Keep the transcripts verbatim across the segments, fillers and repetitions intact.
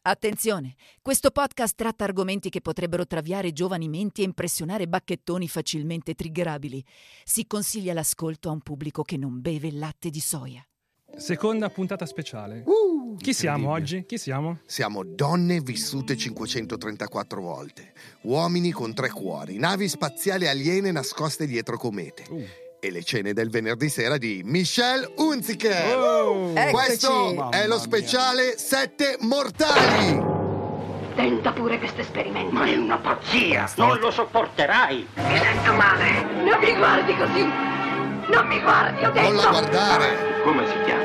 Attenzione, questo podcast tratta argomenti che potrebbero traviare giovani menti e impressionare bacchettoni facilmente triggerabili. Si consiglia l'ascolto a un pubblico che non beve il latte di soia. Seconda puntata speciale. Uh, Chi siamo oggi? Chi siamo? Siamo donne vissute cinquecentotrentaquattro volte, uomini con tre cuori, navi spaziali aliene nascoste dietro comete. Uh. E le cene del venerdì sera di Michelle Hunziker. Oh. Questo Mamma è lo speciale Sette Mortali. Tenta pure questo esperimento. Ma è una pazzia! Non lo sopporterai! Mi sento male. Non mi guardi così. Non mi guardi, ho detto. Non la guardare. Come si chiama?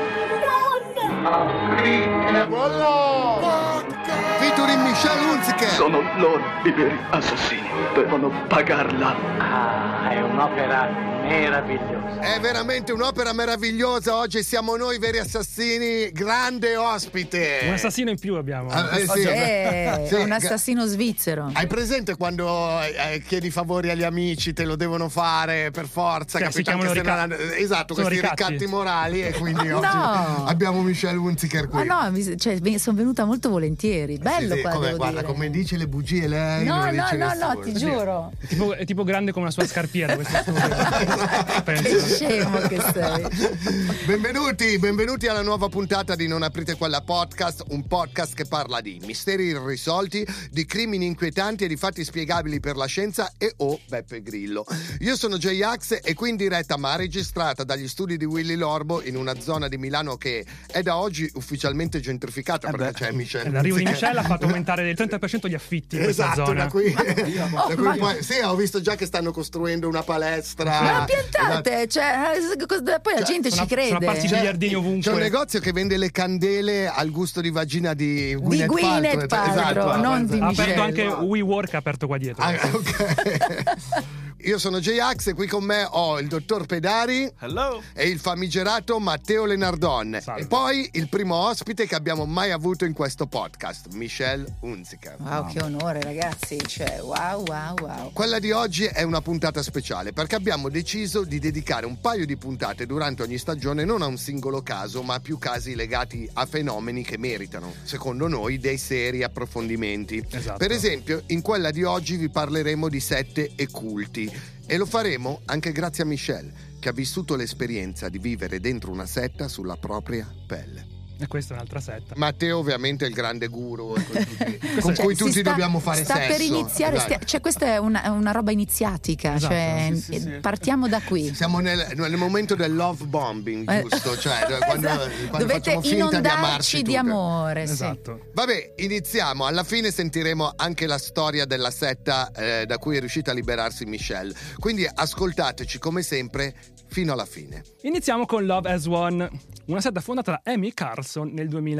Featuring Michelle Hunziker. Sono loro i veri assassini. Devono pagarla. Ah, è un'opera meravigliosa. È veramente un'opera meravigliosa. Oggi siamo noi veri assassini. Grande ospite. Un assassino in più abbiamo. Ah, eh, sì. Eh, Sì, un assassino svizzero. Hai presente quando eh, chiedi favori agli amici, te lo devono fare per forza? Cioè, si capito? Anche chiamano se non ricatti. hanno- Esatto, Sono questi ricatti. ricatti morali. E quindi oggi No. abbiamo Michelle Hunziker qui. Ma no, mi- cioè, ve- sono venuta molto volentieri. Bello Sì, sì, qua, come, devo guarda, dire. come dice le bugie lei. No, non le no, dice no, nessuno. no, ti giuro. È tipo, è tipo grande come una sua scarpiera questo studio. Che Penso. scemo che sei. Benvenuti, benvenuti alla nuova puntata di Non aprite quella podcast, un podcast che parla di misteri irrisolti, di crimini inquietanti e di fatti spiegabili per la scienza e o Beppe Grillo. Io sono J-Ax e qui in diretta ma registrata dagli studi di Willy Lorbo in una zona di Milano che è da oggi ufficialmente gentrificata perché c'è Michelle. L'arrivo di Hunziker. Michelle ha fatto aumentare del trenta per cento gli affitti in questa Esatto, zona. da qui, da Oh, cui ma- poi, sì, ho visto già che stanno costruendo una palestra. Ma piantate, cioè, eh, cosa- poi la gente sono- ci crede. sono apparsi C'è- miliardini ovunque. C'è un negozio che vende le candele al gusto di vagina di Di Gwyneth Gwyneth Paltrow, Esatto, non di Ha Michelle. aperto anche WeWork, ha aperto qua dietro. Ah, ok. Io sono J-Ax e qui con me ho il dottor Pedari. Hello. E il famigerato Matteo Lenardon. Salve. E poi il primo ospite che abbiamo mai avuto in questo podcast, Michelle Hunziker. Wow, che onore, ragazzi. Cioè, wow, wow, wow. Quella di oggi è una puntata speciale perché abbiamo deciso di dedicare un paio di puntate durante ogni stagione non a un singolo caso ma a più casi legati a fenomeni che meritano, secondo noi, dei seri approfondimenti. Esatto. Per esempio, in quella di oggi vi parleremo di sette e culti e lo faremo anche grazie a Michelle, che ha vissuto l'esperienza di vivere dentro una setta sulla propria pelle. E questa è un'altra setta. Matteo ovviamente è il grande guru con, tutti- con Cioè, cui si tutti sta- dobbiamo fare sta sesso. per iniziare, Esatto. stia- cioè questa è una, è una roba iniziatica, Esatto, cioè sì, sì, sì. partiamo da qui. Siamo nel, nel momento del love bombing, Eh, giusto? Cioè, quando, esatto. quando Dovete facciamo finta di amarci inondarci di tutte. amore, sì. Esatto. Vabbè, iniziamo. Alla fine sentiremo anche la storia della setta eh, da cui è riuscita a liberarsi Michelle. Quindi ascoltateci come sempre fino alla fine. Iniziamo con Love as One, una setta fondata da Amy Carlson nel duemilasei.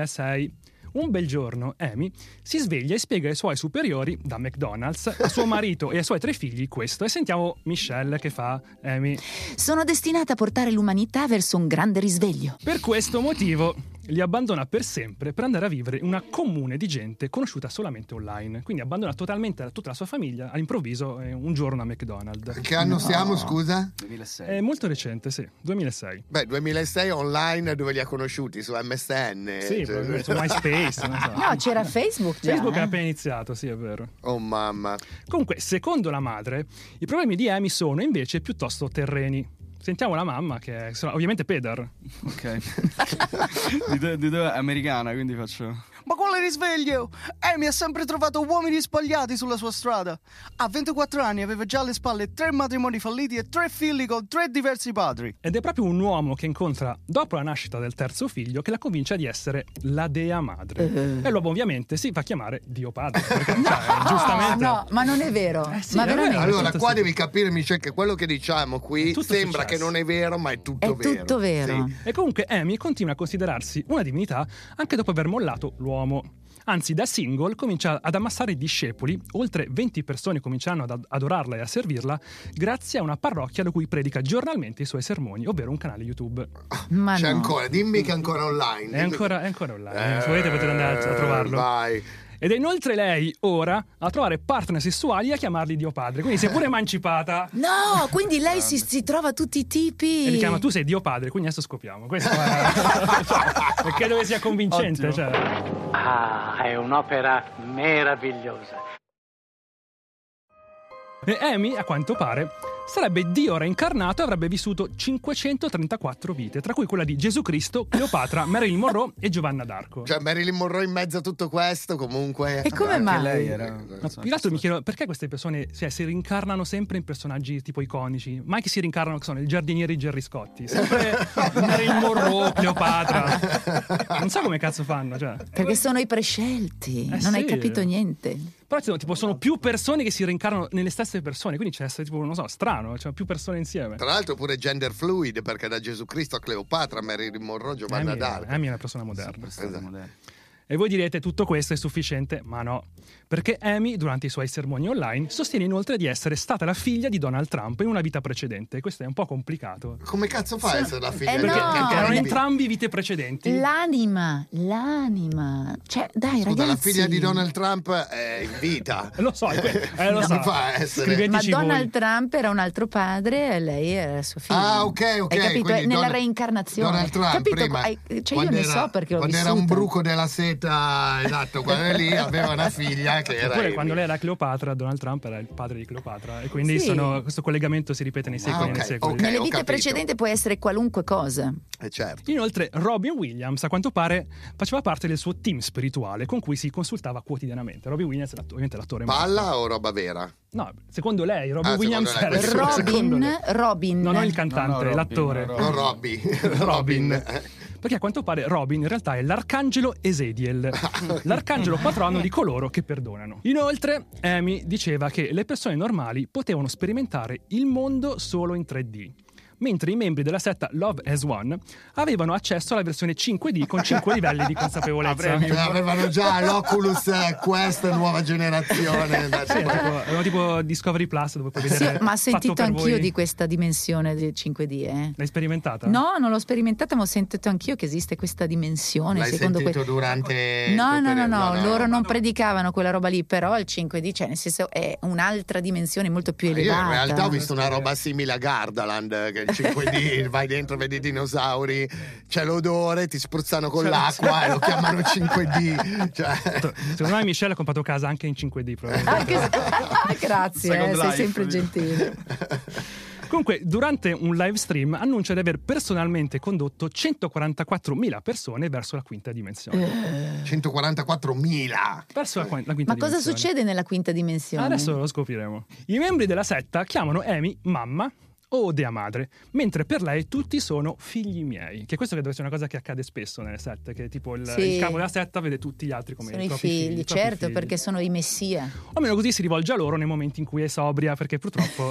Un bel giorno Amy si sveglia e spiega ai suoi superiori da McDonald's, a suo marito e ai suoi tre figli questo, e sentiamo Michelle che fa Amy. Sono destinata a portare l'umanità verso un grande risveglio. Per questo motivo li abbandona per sempre per andare a vivere in una comune di gente conosciuta solamente online. Quindi abbandona totalmente tutta la sua famiglia all'improvviso eh, un giorno a McDonald's. Che anno siamo, scusa? duemilasei. È molto recente, sì, duemilasei. Beh, duemilasei online dove li ha conosciuti? Su M S N? Sì, Cioè- probabilmente su MySpace, non so. No, c'era Facebook già. Facebook è eh. appena iniziato, sì, è vero. Oh mamma. Comunque, secondo la madre, i problemi di Amy sono invece piuttosto terreni. Sentiamo la mamma, che è sono- ovviamente Pedar. Ok. di, dove, di dove è americana, quindi faccio. Ma quale risveglio? Amy ha sempre trovato uomini spogliati sulla sua strada. A ventiquattro anni aveva già alle spalle tre matrimoni falliti e tre figli con tre diversi padri. Ed è proprio un uomo che incontra dopo la nascita del terzo figlio che la convince di essere la dea madre. Uh. E l'uomo ovviamente si fa chiamare Dio Padre. Perché, cioè, giustamente. No, ma non è vero. Eh sì, ma è vero. veramente. Allora, tutto qua sì. devi capire, Michelle, che quello che diciamo qui È tutto sembra successo. che non è vero, ma è tutto È vero. tutto vero. Sì. E comunque Amy continua a considerarsi una divinità anche dopo aver mollato l'uomo. Anzi, da single comincia ad ammassare discepoli, oltre venti persone cominciano ad adorarla e a servirla, grazie a una parrocchia da cui predica giornalmente i suoi sermoni, ovvero un canale YouTube. Ma C'è no. ancora, dimmi che è ancora online. È dimmi- ancora, è ancora online, Eh, se volete potete andare a trovarlo. Vai. Ed è inoltre lei ora a trovare partner sessuali e a chiamarli Dio Padre, quindi si è pure emancipata. No, quindi lei si, si trova tutti i tipi. E li chiama tu sei Dio Padre, quindi adesso scopriamo. Questo è... cioè, e credo che sia convincente. Ottimo. Cioè. Ah, Ah, è un'opera meravigliosa. E Amy, a quanto pare, sarebbe Dio reincarnato e avrebbe vissuto cinquecentotrentaquattro vite, tra cui quella di Gesù Cristo, Cleopatra, Marilyn Monroe e Giovanna d'Arco. Cioè Marilyn Monroe in mezzo a tutto questo comunque. E come Anche mai? lei era... Ma più che altro mi chiedo perché queste persone cioè, si rincarnano sempre in personaggi tipo iconici, mai che si rincarnano che sono il giardiniere Gerry Scotti, sempre Marilyn Monroe, Cleopatra. Non so come cazzo fanno, cioè. Perché sono i prescelti, Eh non hai sì. capito niente. Però tipo, tipo sono più persone che si rincarnano nelle stesse persone, quindi c'è essere tipo non so strano, cioè più persone insieme. Tra l'altro pure gender fluid, perché da Gesù Cristo a Cleopatra, Marilyn Monroe, Giovanna Amy, d'Arco. Amy è una persona moderna. Sempre stata Esatto. moderna. E voi direte tutto questo è sufficiente, ma no. Perché Amy, durante i suoi sermoni online, sostiene inoltre di essere stata la figlia di Donald Trump in una vita precedente. Questo è un po' complicato. Come cazzo fa a essere la figlia Eh di no. Perché, perché erano Trump? entrambi vite precedenti. L'anima, l'anima. Cioè, dai, Scusa, ragazzi. la figlia di Donald Trump è in vita. Lo so, è que- eh, lo Come so. fa a essere? Ma Scriveteci Donald voi. Trump era un altro padre e lei era la sua figlia. Ah, ok, ok. Hai capito? quindi È nella Don- reincarnazione. Donald Trump Capito? prima, Hai- cioè, io quando ne era- so perché l'ho quando era vissuta. un bruco della seta, esatto, quando lì aveva una figlia che era Oppure Amy. quando lei era Cleopatra, Donald Trump era il padre di Cleopatra. E quindi Sì. sono- questo collegamento si ripete nei secoli Ah, e nei ok, secoli. ok. Nelle ho vite capito. precedenti può essere qualunque cosa. Eh, certo. Inoltre Robin Williams a quanto pare faceva parte del suo team spirituale con cui si consultava quotidianamente. Robin Williams è l'att- ovviamente l'attore morto. Palla o roba vera? No, secondo lei Robin Ah, Williams secondo lei, era questo- secondo Robin, lei. Robin. No, non il cantante, No, no, Robin, l'attore. no, Non Robby. Robin. Robin. Perché a quanto pare Robin in realtà è l'arcangelo Esediel, l'arcangelo patrono di coloro che perdonano. Inoltre Amy diceva che le persone normali potevano sperimentare il mondo solo in tre D, mentre i membri della setta Love as One avevano accesso alla versione cinque D con cinque livelli di consapevolezza. Cioè, avevano già l'Oculus Quest nuova generazione. Sì, tipo, avevano tipo Discovery Plus dove puoi Sì, vedere ma ho fatto sentito per anch'io voi. di questa dimensione del cinque D, eh. L'hai sperimentata? No, non l'ho sperimentata, ma ho sentito anch'io che esiste questa dimensione. L'hai secondo sentito que- durante il No, tuo no, no, periodo? no, No, loro no. non predicavano quella roba lì, però il cinque D, cioè nel senso è un'altra dimensione molto più Io elevata. in realtà ho visto una roba simile a Gardaland, che il cinque D vai dentro, vedi i dinosauri, c'è l'odore, ti spruzzano con l'acqua e lo chiamano cinque D. Cioè... Secondo me Michelle ha comprato casa anche in cinque D probabilmente. Anche se- Grazie, Second eh, sei Life. sempre gentile. Comunque, durante un live stream annuncia di aver personalmente condotto centoquarantaquattromila persone verso la quinta dimensione. centoquarantaquattromila. Verso la, qua- la quinta Ma cosa dimensione. succede nella quinta dimensione? Adesso lo scopriremo. I membri della setta chiamano Amy mamma o dea madre, mentre per lei tutti sono figli miei. Che questo credo sia una cosa che accade spesso nelle sette, che tipo il, Sì. il capo della setta vede tutti gli altri come Sono i i propri figli, figli, i propri certo, figli. perché sono i messia. O almeno così si rivolge a loro nei momenti in cui è sobria, perché purtroppo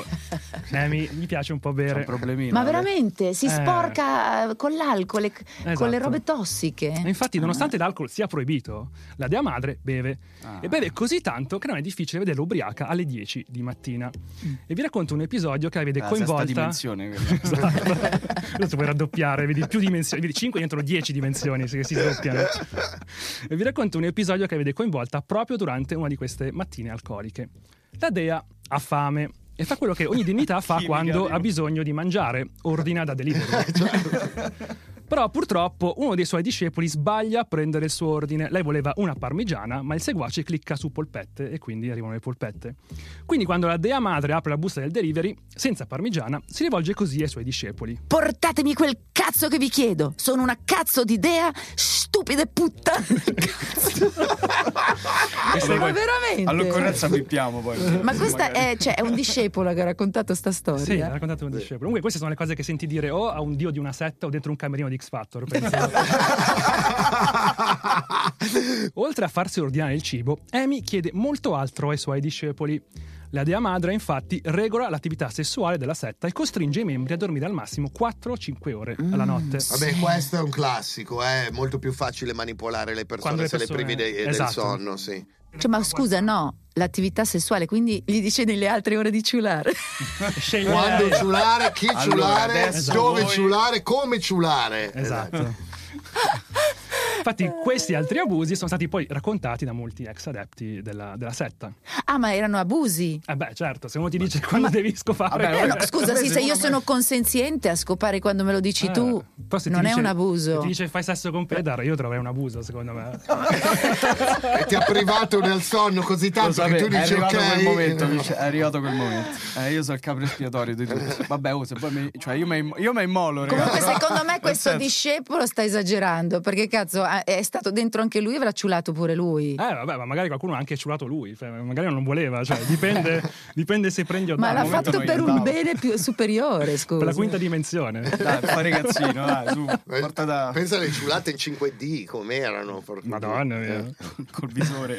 Amy gli piace un po' C'è bere. un problemino. Ma eh. veramente si Eh. sporca con l'alcol e con Esatto. le robe tossiche. E infatti, nonostante l'alcol sia proibito, la dea madre beve. Ah. E beve così tanto che non è difficile vederla ubriaca alle dieci di mattina. E vi racconto un episodio che la vede Ah, sesta coinvolta. dimensione quella. Esatto. Adesso puoi raddoppiare, vedi più dimensioni, vedi cinque diventano dieci dimensioni se si doppiano. E vi racconto un episodio che la vede coinvolta proprio durante una di queste mattine alcoliche. La dea ha fame e fa quello che ogni divinità fa Chimica, quando dico. ha bisogno di mangiare, ordina da delivery. Però purtroppo uno dei suoi discepoli sbaglia a prendere il suo ordine. Lei voleva una parmigiana, ma il seguace clicca su polpette e quindi arrivano le polpette. Quindi quando la dea madre apre la busta del delivery, senza parmigiana, si rivolge così ai suoi discepoli. Portatemi quel cazzo che vi chiedo. Sono una cazzo di dea, stupide puttane. Cazzo. Questo Ma poi- veramente? All'occorrenza bippiamo poi. Ma questa Magari. è, cioè, è un discepolo che ha raccontato sta storia. Sì, ha raccontato un discepolo. Comunque queste sono le cose che senti dire o a un dio di una setta o dentro un camerino di X Factor. penso. Oltre a farsi ordinare il cibo, Amy chiede molto altro ai suoi discepoli. La dea madre, infatti, regola l'attività sessuale della setta e costringe i membri a dormire al massimo quattro o cinque ore alla notte. Vabbè, questo è un classico, è molto più facile manipolare le persone Quando le se persone- le privi de- Esatto. del sonno, sì. Cioè, ma scusa, no, l'attività sessuale, quindi gli dice nelle altre ore di ciulare. Sceglie Quando lei. ciulare, chi Allora, ciulare, adesso dove voi- ciulare, come ciulare. Esatto. Infatti questi altri abusi sono stati poi raccontati da molti ex adepti della, della setta. Ah, ma erano abusi? Eh beh, certo, se uno ti dice quando devi scopare. Vabbè, Eh, no, scusa, sì, se io sono consenziente a scopare quando me lo dici Eh, tu, però se ti non è dice- un abuso. Se ti dice fai sesso con Pedar, io troverei un abuso, secondo me. E ti ha privato nel sonno così Lo tanto sape- che tu è dici arrivato ok. quel momento, dice, è arrivato quel momento. Eh, io sono il capro espiatorio di tutto. Vabbè, oh, se poi mi, cioè io mi io mi immolo, ragazzi. Comunque secondo me questo Nel senso- discepolo sta esagerando, perché cazzo ah, è stato dentro anche lui e avrà ciulato pure lui. Eh vabbè, ma magari qualcuno ha anche ciulato lui, cioè, magari non voleva, cioè dipende, dipende se prendi o Ma no. l'ha Al momento fatto non per un aiutava. bene più superiore, scusa. per la quinta dimensione. Dai, fa ragazzino, dai, su, Eh, porta da Pensa alle ciulate in cinque D com'erano. porca Madonna miseria. mia. col visore.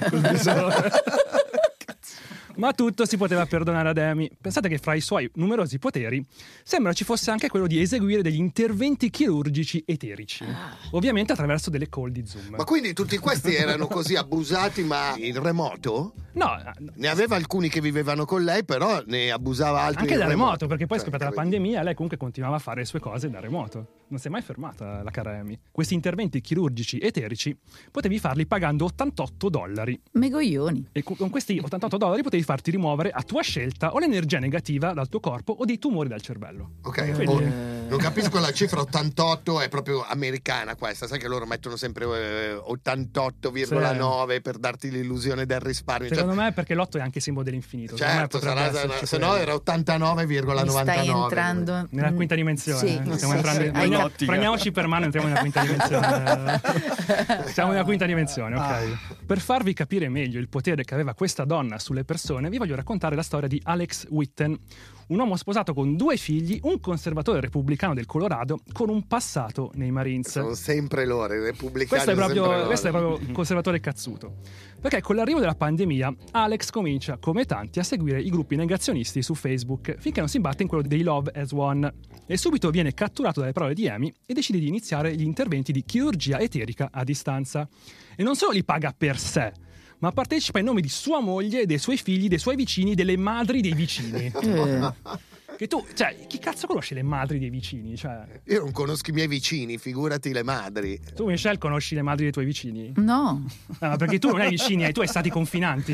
Ma tutto si poteva perdonare ad Amy. Pensate che fra i suoi numerosi poteri sembra ci fosse anche quello di eseguire degli interventi chirurgici eterici, ovviamente attraverso delle call di Zoom. Ma quindi tutti questi erano così abusati, ma in remoto? No, no, Ne aveva alcuni che vivevano con lei, però ne abusava altri anche in da remoto, perché poi è Cioè, scoppiata la capito? pandemia, lei comunque continuava a fare le sue cose da remoto. Non si è mai fermata la cara Amy. Questi interventi chirurgici eterici potevi farli pagando ottantotto dollari. Megoglioni. E con questi ottantotto dollari potevi farti rimuovere a tua scelta o l'energia negativa dal tuo corpo o dei tumori dal cervello. Ok, Quindi- oh, non capisco la cifra ottantotto, è proprio americana questa, sai che loro mettono sempre eh, ottantotto virgola nove per darti l'illusione del risparmio. Secondo me è perché l'otto è anche simbolo dell'infinito. Secondo me certo, potrebbe sarà, esserci se quello. no era ottantanove virgola Mi novantanove. stai entrando Nella quinta dimensione. Sì, eh. Stiamo sì, entrando sì. in- Hai prendiamo- cap- prendiamoci per mano e entriamo nella quinta dimensione. Siamo nella quinta dimensione, ok. Per farvi capire meglio il potere che aveva questa donna sulle persone, vi voglio raccontare la storia di Alex Witten, un uomo sposato con due figli, un conservatore repubblicano del Colorado con un passato nei Marines. Sono sempre loro, i repubblicani. Questo è sempre proprio, loro. questo è proprio un conservatore cazzuto. Perché con l'arrivo della pandemia, Alex comincia, come tanti, a seguire i gruppi negazionisti su Facebook finché non si imbatte in quello dei Love as One. E subito viene catturato dalle parole di Amy e decide di iniziare gli interventi di chirurgia eterica a distanza. E non solo li paga per sé, ma partecipa in nome di sua moglie, dei suoi figli, dei suoi vicini, delle madri dei vicini. Eh. Che tu, cioè, chi cazzo conosce le madri dei vicini? Cioè, Io non conosco i miei vicini, figurati le madri. tu, Michelle, conosci le madri dei tuoi vicini? No. Ah, ma perché tu non hai vicini, hai tu hai stati confinanti.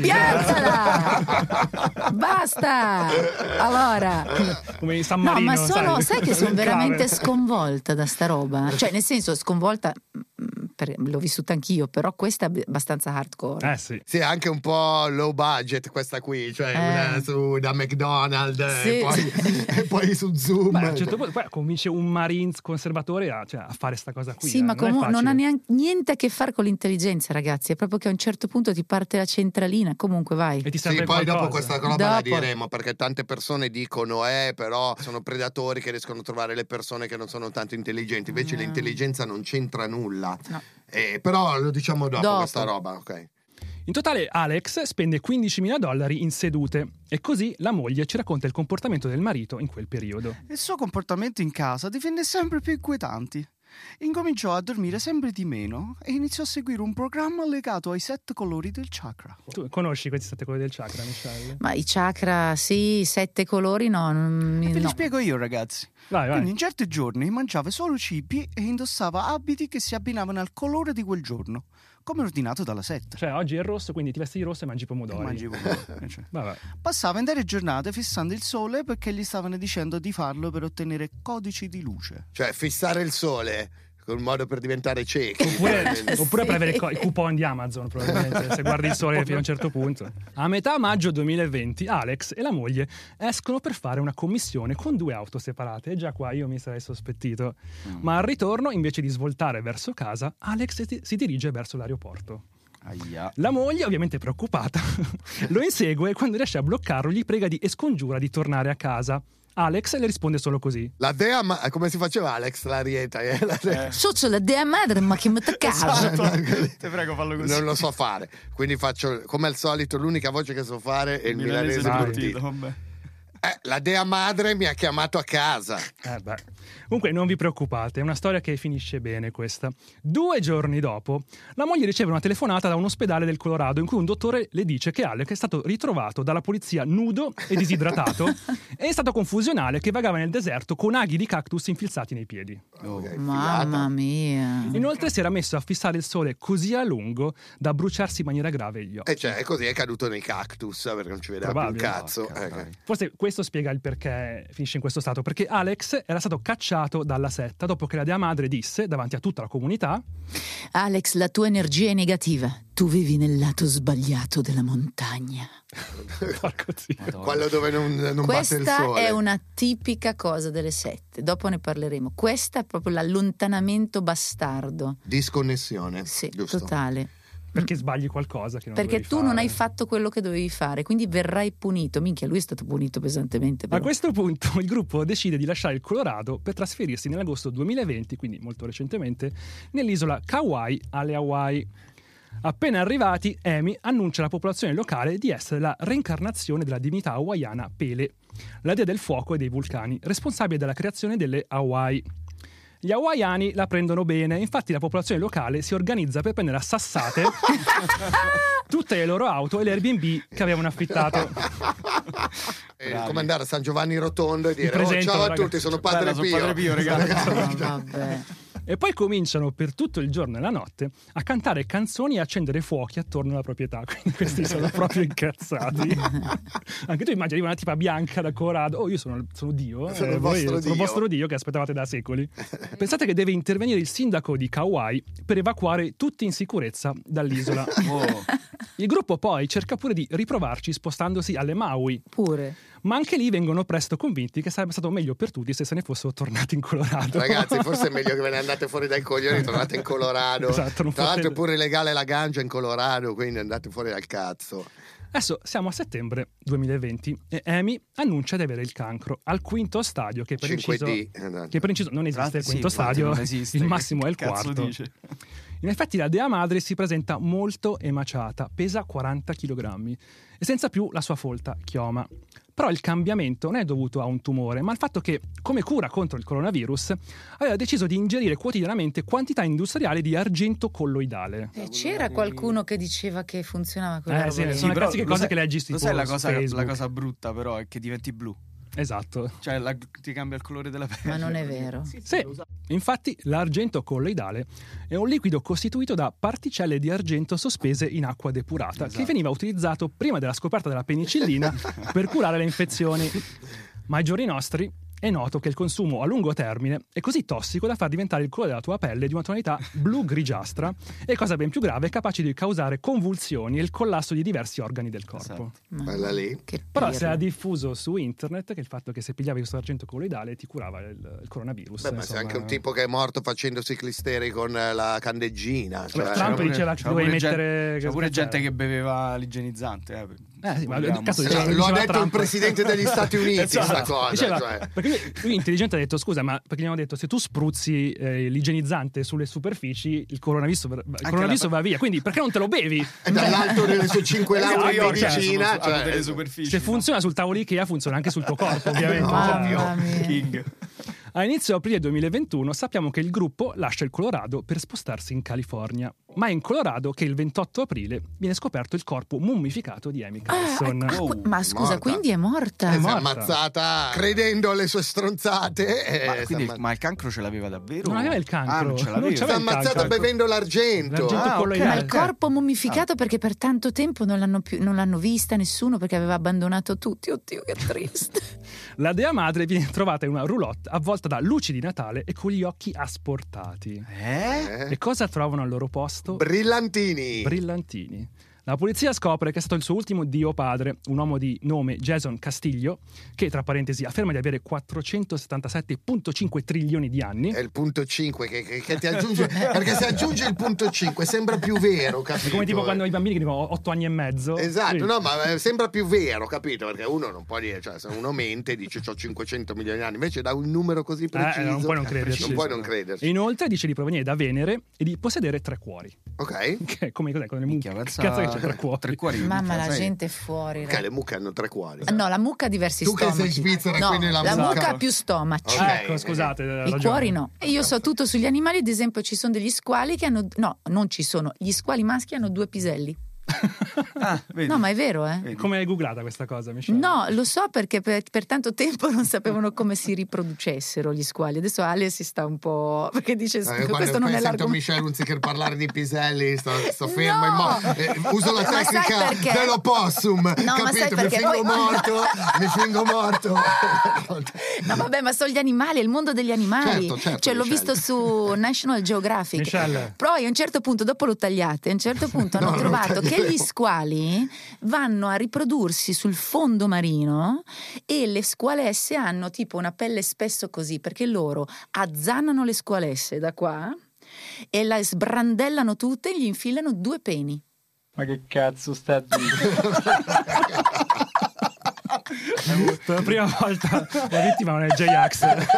Piazzala! Basta! Allora, Come in San no, Marino. ma sono, sai che sono Clave. veramente sconvolta da sta roba. Cioè, nel senso, sconvolta, mm, per- l'ho vissuta anch'io, però questa è abbastanza hardcore. Eh sì. Sì, anche un po' low budget questa qui, cioè Eh. una su, da McDonald's Sì. e, poi, e poi su Zoom. Beh, a un certo punto poi convince un Marines conservatore a, cioè, a fare sta cosa qui. Sì, eh. ma non, è comunque non facile. ha neanche niente a che fare con l'intelligenza, ragazzi. È proprio che a un certo punto ti parte la centralina. Comunque, vai. E ti Sì, serve poi qualcosa. dopo questa roba la Dopo. diremo, perché tante persone dicono eh però sono predatori che riescono a trovare le persone che non sono tanto intelligenti, invece Mm. l'intelligenza non c'entra nulla. No. Eh, però lo diciamo dopo, Dopo. questa roba, ok. In totale Alex spende quindicimila dollari in sedute e così la moglie ci racconta il comportamento del marito in quel periodo. Il suo comportamento in casa divenne sempre più inquietante. Incominciò a dormire sempre di meno e iniziò a seguire un programma legato ai sette colori del chakra. Tu conosci questi sette colori del chakra, Michelle? Ma i chakra, sì, sette colori, no. non- Ve li no. spiego io, ragazzi. Vai, Quindi vai. in certi giorni mangiava solo cibi e indossava abiti che si abbinavano al colore di quel giorno, come ordinato dalla setta. Cioè, oggi è rosso, quindi ti vesti di rosso e mangi pomodori. Mangi pomodori, cioè. Vabbè. Passava intere giornate fissando il sole perché gli stavano dicendo di farlo per ottenere codici di luce. Cioè fissare il sole con un modo per diventare ciechi. Oppure, Sì. oppure per avere co- i coupon di Amazon, probabilmente, se guardi il sole fino a un certo punto. A metà maggio duemilaventi, Alex e la moglie escono per fare una commissione con due auto separate. E già qua io mi sarei sospettito. Ma al ritorno, invece di svoltare verso casa, Alex si- si dirige verso l'aeroporto. Aia. La moglie, ovviamente preoccupata, lo insegue e quando riesce a bloccarlo gli prega di, e scongiura di tornare a casa. Alex le risponde solo così. La dea, ma come si faceva Alex L'Arieta? Eh? La dea- Socio la dea madre, ma che mette casa. Ti prego, fallo così. Non lo so fare, quindi faccio come al solito l'unica voce che so fare è il Milanese milanese divertito, divertito. vabbè. Eh, la dea madre mi ha chiamato a casa. Eh beh. Comunque non vi preoccupate, è una storia che finisce bene questa. Due giorni dopo, la moglie riceve una telefonata da un ospedale del Colorado in cui un dottore le dice che Alec è stato ritrovato dalla polizia nudo e disidratato e in stato confusionale che vagava nel deserto con aghi di cactus infilzati nei piedi. Oh, okay, Mamma mia. Inoltre si era messo a fissare il sole così a lungo da bruciarsi in maniera grave gli occhi. E cioè, così è caduto nei cactus perché non ci vedeva Probabile. più un cazzo. No, eh. Forse questo spiega il perché finisce in questo stato, perché Alex era stato cacciato dalla setta dopo che la dea madre disse davanti a tutta la comunità: Alex, la tua energia è negativa. Tu vivi nel lato sbagliato della montagna. Porco zio. Quello dove non, non batte il Questa sole. è una tipica cosa delle sette. Dopo ne parleremo. Questa è proprio l'allontanamento bastardo. Disconnessione. Sì, giusto? totale. Perché sbagli qualcosa che non Perché dovevi tu fare. non hai fatto quello che dovevi fare, quindi verrai punito. Minchia, lui è stato punito pesantemente. A Però. questo punto il gruppo decide di lasciare il Colorado per trasferirsi nell'agosto duemilaventi, quindi molto recentemente, nell'isola Kauai alle Hawaii. Appena arrivati, Amy annuncia alla popolazione locale di essere la reincarnazione della divinità hawaiana Pele, la dea del fuoco e dei vulcani, responsabile della creazione delle Hawaii. Gli hawaiani la prendono bene, infatti la popolazione locale si organizza per prendere a sassate tutte le loro auto e le Airbnb che avevano affittato. Eh, come andare a San Giovanni Rotondo e dire: Mi presento, oh, ciao a ragazzi. tutti, sono Padre Bella, sono Pio. Padre Pio, ragazzi. No, vabbè. E poi cominciano per tutto il giorno e la notte a cantare canzoni e accendere fuochi attorno alla proprietà. Quindi questi sono proprio incazzati. Anche tu immagini una tipa bianca da Colorado: oh, io sono, sono Dio, Sono eh, il voi- vostro sono Dio. il vostro Dio che aspettavate da secoli. Pensate che deve intervenire il sindaco di Kauai per evacuare tutti in sicurezza dall'isola. Oh. Il gruppo poi cerca pure di riprovarci spostandosi alle Maui, Pure. ma anche lì vengono presto convinti che sarebbe stato meglio per tutti se se ne fossero tornati in Colorado. Ragazzi, forse è meglio che ve ne andate fuori dai coglioni, tornate in Colorado. Esatto, non Tra fate- l'altro è pure legale la ganja in Colorado, quindi andate fuori dal cazzo. Adesso siamo a settembre duemilaventi e Amy annuncia di avere il cancro al quinto stadio, che per, cinque inciso, D. esatto. che per inciso non esiste il Sì, quinto infatti stadio, non esiste. il massimo è il Che cazzo quarto. dice? In effetti la dea madre si presenta molto emaciata, pesa quaranta chilogrammi e senza più la sua folta chioma. Però il cambiamento non è dovuto a un tumore, ma al fatto che, come cura contro il coronavirus, aveva deciso di ingerire quotidianamente quantità industriali di argento colloidale. E c'era qualcuno che diceva che funzionava quella Eh, sì, roba lì. sono le però classiche lo cose sai- che leggi su Lo sai la cosa, Facebook. la cosa brutta però è che diventi blu. Esatto. Cioè la- ti cambia il colore della pelle. Ma non è vero. Sì, infatti l'argento colloidale è un liquido costituito da particelle di argento sospese in acqua depurata, Esatto. che veniva utilizzato prima della scoperta della penicillina per curare le infezioni. Ma ai giorni nostri è noto che il consumo a lungo termine è così tossico da far diventare il colore della tua pelle di una tonalità blu-grigiastra e, cosa ben più grave, è capace di causare convulsioni e il collasso di diversi organi del corpo. Esatto. Bella lì. Che Però pirla. si era diffuso su internet che il fatto che se pigliavi questo argento colloidale ti curava il, il coronavirus. Beh, ma insomma. c'è anche un tipo che è morto facendosi clisteri con eh, la candeggina. Cioè, Beh, Trump C'era diceva che c'era dovevi pure gen- mettere- c'era pure che- gente che beveva l'igienizzante. Eh, Eh, sì, ma Vogliamo. cazzo, Cioè, diceva- lo ha diceva detto Trump. il presidente degli Stati Uniti, Esatto. sta cosa. Diceva- cioè. Perché lui, lui intelligente ha detto: scusa, ma perché gli hanno detto se tu spruzzi eh, l'igienizzante sulle superfici, il coronavirus, il coronavirus la- va via. Quindi perché non te lo bevi? E dall'alto delle sue cinque Esatto, lauree in io, cioè, medicina. sono- hanno cioè, delle superfici. Se funziona sul tavolo Ikea, funziona anche sul tuo corpo, ovviamente. Mamma mia. King. A inizio aprile duemilaventuno sappiamo che il gruppo lascia il Colorado per spostarsi in California, ma è in Colorado che il ventotto aprile viene scoperto il corpo mummificato di Amy Carlson. Ah, Oh, qu- ma scusa, morta. quindi è morta? eh, si è morta. ammazzata credendo alle sue stronzate. e Ma, si è quindi, amma- ma il cancro ce l'aveva davvero? Non aveva il cancro. Ah, non ce Non l'aveva. c'aveva si è il ammazzata cancro. bevendo l'argento. L'argento Ah, ok. colloidale. Ma il corpo mummificato perché per tanto tempo non l'hanno, più, non l'hanno vista nessuno perché aveva abbandonato tutti. Oddio, che triste. La dea madre viene trovata in una roulotte avvolta da luci di Natale e con gli occhi asportati. Eh? Eh? E cosa trovano al loro posto? Brillantini. Brillantini. La polizia scopre che è stato il suo ultimo dio padre, un uomo di nome Jason Castillo, che tra parentesi afferma di avere quattrocentosettantasette virgola cinque trilioni di anni. È il punto cinque che, che- che ti aggiunge, perché se aggiunge il punto cinque sembra più vero, capito? È come tipo quando i bambini che dicono otto anni e mezzo. Esatto, Sì. no, ma eh, sembra più vero, capito? Perché uno non può dire, cioè se uno mente e dice ho cinquecento milioni di anni, invece da un numero così preciso Eh, non puoi non crederci. non puoi non crederci. E inoltre dice di provenire da Venere e di possedere tre cuori. Ok? Che è come cos'è? Come le Minchia, mucche. pensa- Che cazzo che c'è tre cuori. Tre cuori. Mamma, la sai. gente è fuori. Che le mucche hanno tre cuori. No, la mucca ha diversi Tu che stomaci. sei svizzera, no, quindi la la mucca- mucca ha più stomaci. Ok. Ecco, scusate. I ragione. cuori no. E io so tutto sugli animali, ad esempio ci sono degli squali che hanno... No, non ci sono. Gli squali maschi hanno due piselli. Ah, vedi. No, ma è vero, eh? Vedi. Come hai googlata questa cosa, Michelle? No, lo so perché per, per tanto tempo non sapevano come si riproducessero gli squali. Adesso Ale si sta un po'... perché dice Eh, questo quando non poi è sento l'argomento. Michelle Hunziker parlare di piselli, sto, sto fermo No! in mo- eh, uso la Ma sai tecnica perché? dell'opossum, ma sai capito? Mi perché fingo poi- morto, mi fingo morto. No, vabbè, ma sono gli animali, è il mondo degli animali. Certo, certo, cioè, l'ho Michelle. visto su National Geographic. Michelle. Poi a un certo punto, dopo lo tagliate, a un certo punto hanno No, lo trovato che taglieremo. gli squali vanno a riprodursi sul fondo marino e le squalesse hanno tipo una pelle spesso così, perché loro azzannano le squalesse da qua e la sbrandellano tutte e gli infilano due peni. Ma che cazzo sta a dire? Per la prima volta la vittima non è J-Ax,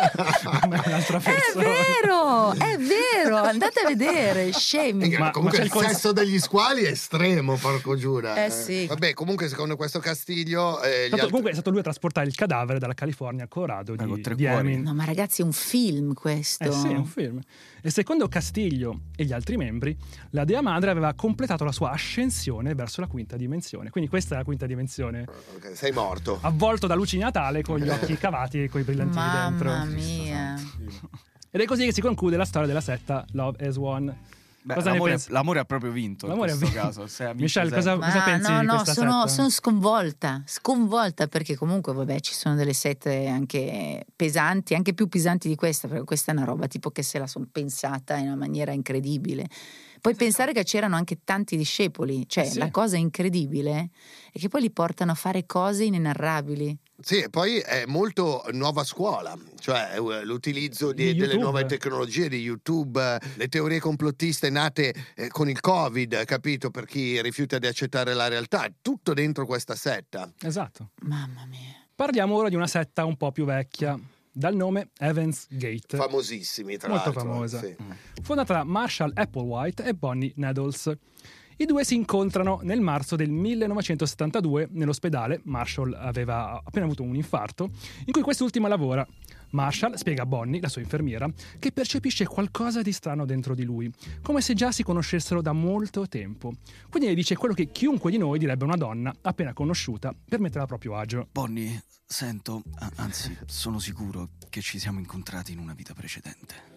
ma è un'altra È persona. vero, è vero, andate a vedere, scemi. Ma, Ma- comunque ma il c'è il cons- sesso degli squali è estremo, porco giura. Eh, sì. Vabbè, comunque secondo questo Castiglio eh, È gli stato- altri- Comunque è stato lui a trasportare il cadavere dalla California al Colorado Ah, con di, tre di cuori. Emin. No, ma ragazzi, è un film questo. Eh sì, è un film. E secondo Castiglio e gli altri membri, la dea madre aveva completato la sua ascensione verso la quinta dimensione. Quindi questa è la quinta dimensione, Ok, sei morto. avvolto da luci di Natale con gli occhi cavati e con i brillantini Mamma dentro. mia. Ed è così che si conclude la storia della setta Love is One. Beh, Cosa ne l'amore, pensi? l'amore ha proprio vinto L'amore in ha questo vinto. caso. Se ha vinto Michelle, sempre. cosa, cosa Ma pensi no, di no, questa sono, setta? sono sconvolta, sconvolta perché comunque vabbè ci sono delle sette anche pesanti, anche più pesanti di questa, perché questa è una roba tipo che se la sono pensata in una maniera incredibile. Puoi pensare che c'erano anche tanti discepoli, cioè Eh sì. la cosa incredibile è che poi li portano a fare cose inenarrabili. Sì, e poi è molto nuova scuola, cioè eh, l'utilizzo di- Di delle YouTube. nuove tecnologie di YouTube, eh, le teorie complottiste nate eh, con il Covid, capito, per chi rifiuta di accettare la realtà, tutto dentro questa setta. Esatto. Mamma mia. Parliamo ora di una setta un po' più vecchia, dal nome Heaven's Gate. Famosissimi, tra Molto l'altro. famosa. Sì. Fondata da Marshall Applewhite e Bonnie Needles. I due si incontrano nel marzo del millenovecentosettantadue nell'ospedale. Marshall aveva appena avuto un infarto, in cui quest'ultima lavora. Marshall spiega a Bonnie, la sua infermiera, che percepisce qualcosa di strano dentro di lui, come se già si conoscessero da molto tempo. Quindi le dice quello che chiunque di noi direbbe a una donna appena conosciuta per metterla a proprio agio. Bonnie, sento, a- anzi, sono sicuro che ci siamo incontrati in una vita precedente.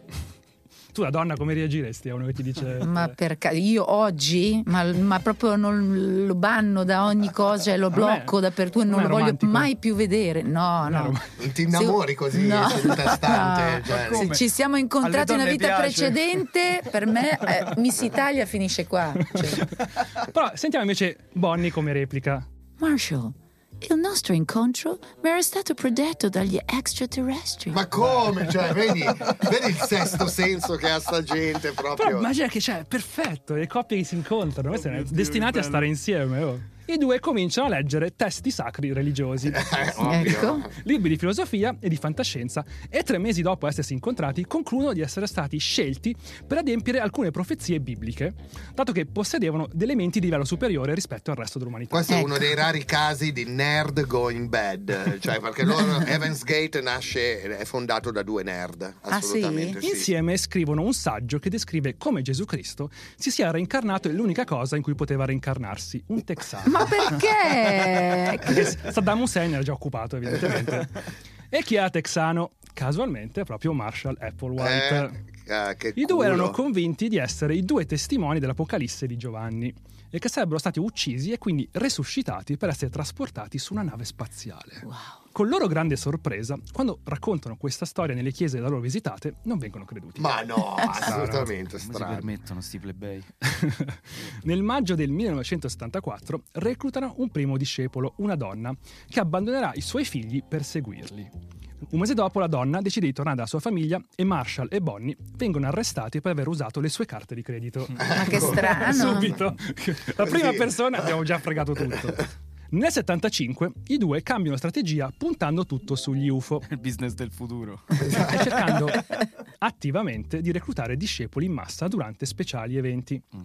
Tu da donna come reagiresti a uno che ti dice... Ma per caso, io oggi, ma, ma proprio non lo banno da ogni cosa, cioè lo Non è- blocco dappertutto e non non è lo voglio romantico. mai più vedere. No, Non è no. romantico. Non ti innamori così, No. seduta stante, No. cioè. Ma come? Se ci siamo incontrati in Alle una donne vita piace. precedente, per me eh, Miss Italia finisce qua. Cioè. Però sentiamo invece Bonnie come replica. Marshall, il nostro incontro mi era stato predetto dagli extraterrestri. Ma come? Cioè, vedi, vedi il sesto senso che ha sta gente proprio. Però immagina che c'è, perfetto, le coppie che si incontrano, queste sono destinate a stare insieme. Oh. I due cominciano a leggere testi sacri religiosi, Eh, ovvio. Ecco. libri di filosofia e di fantascienza, e tre mesi dopo essersi incontrati concludono di essere stati scelti per adempiere alcune profezie bibliche, dato che possedevano delle menti di livello superiore rispetto al resto dell'umanità. Questo è Ecco. uno dei rari casi di nerd going bad, cioè perché loro Heaven's Gate nasce, è fondato da due nerd, Ah, sì? assolutamente sì. Insieme scrivono un saggio che descrive come Gesù Cristo si sia reincarnato in l'unica cosa in cui poteva reincarnarsi, un texano. Ma perché? Perché Saddam Hussein era già occupato, evidentemente. E chi era texano? Casualmente proprio Marshall Applewhite. Eh, ah, che I due culo. erano convinti di essere i due testimoni dell'Apocalisse di Giovanni e che sarebbero stati uccisi e quindi resuscitati per essere trasportati su una nave spaziale. Wow. Con loro grande sorpresa, quando raccontano questa storia nelle chiese da loro visitate, non vengono creduti. Ma no, assolutamente Come si strano. permettono sti plebei? Nel maggio del millenovecentosettantaquattro reclutano un primo discepolo, una donna, che abbandonerà i suoi figli per seguirli. Un mese dopo la donna decide di tornare dalla sua famiglia e Marshall e Bonnie vengono arrestati per aver usato le sue carte di credito. Ma che strano. Subito. La prima Così. persona abbiamo già fregato tutto. Nel settantacinque i due cambiano strategia puntando tutto sugli U F O Il business del futuro. e cercando attivamente di reclutare discepoli in massa durante speciali eventi.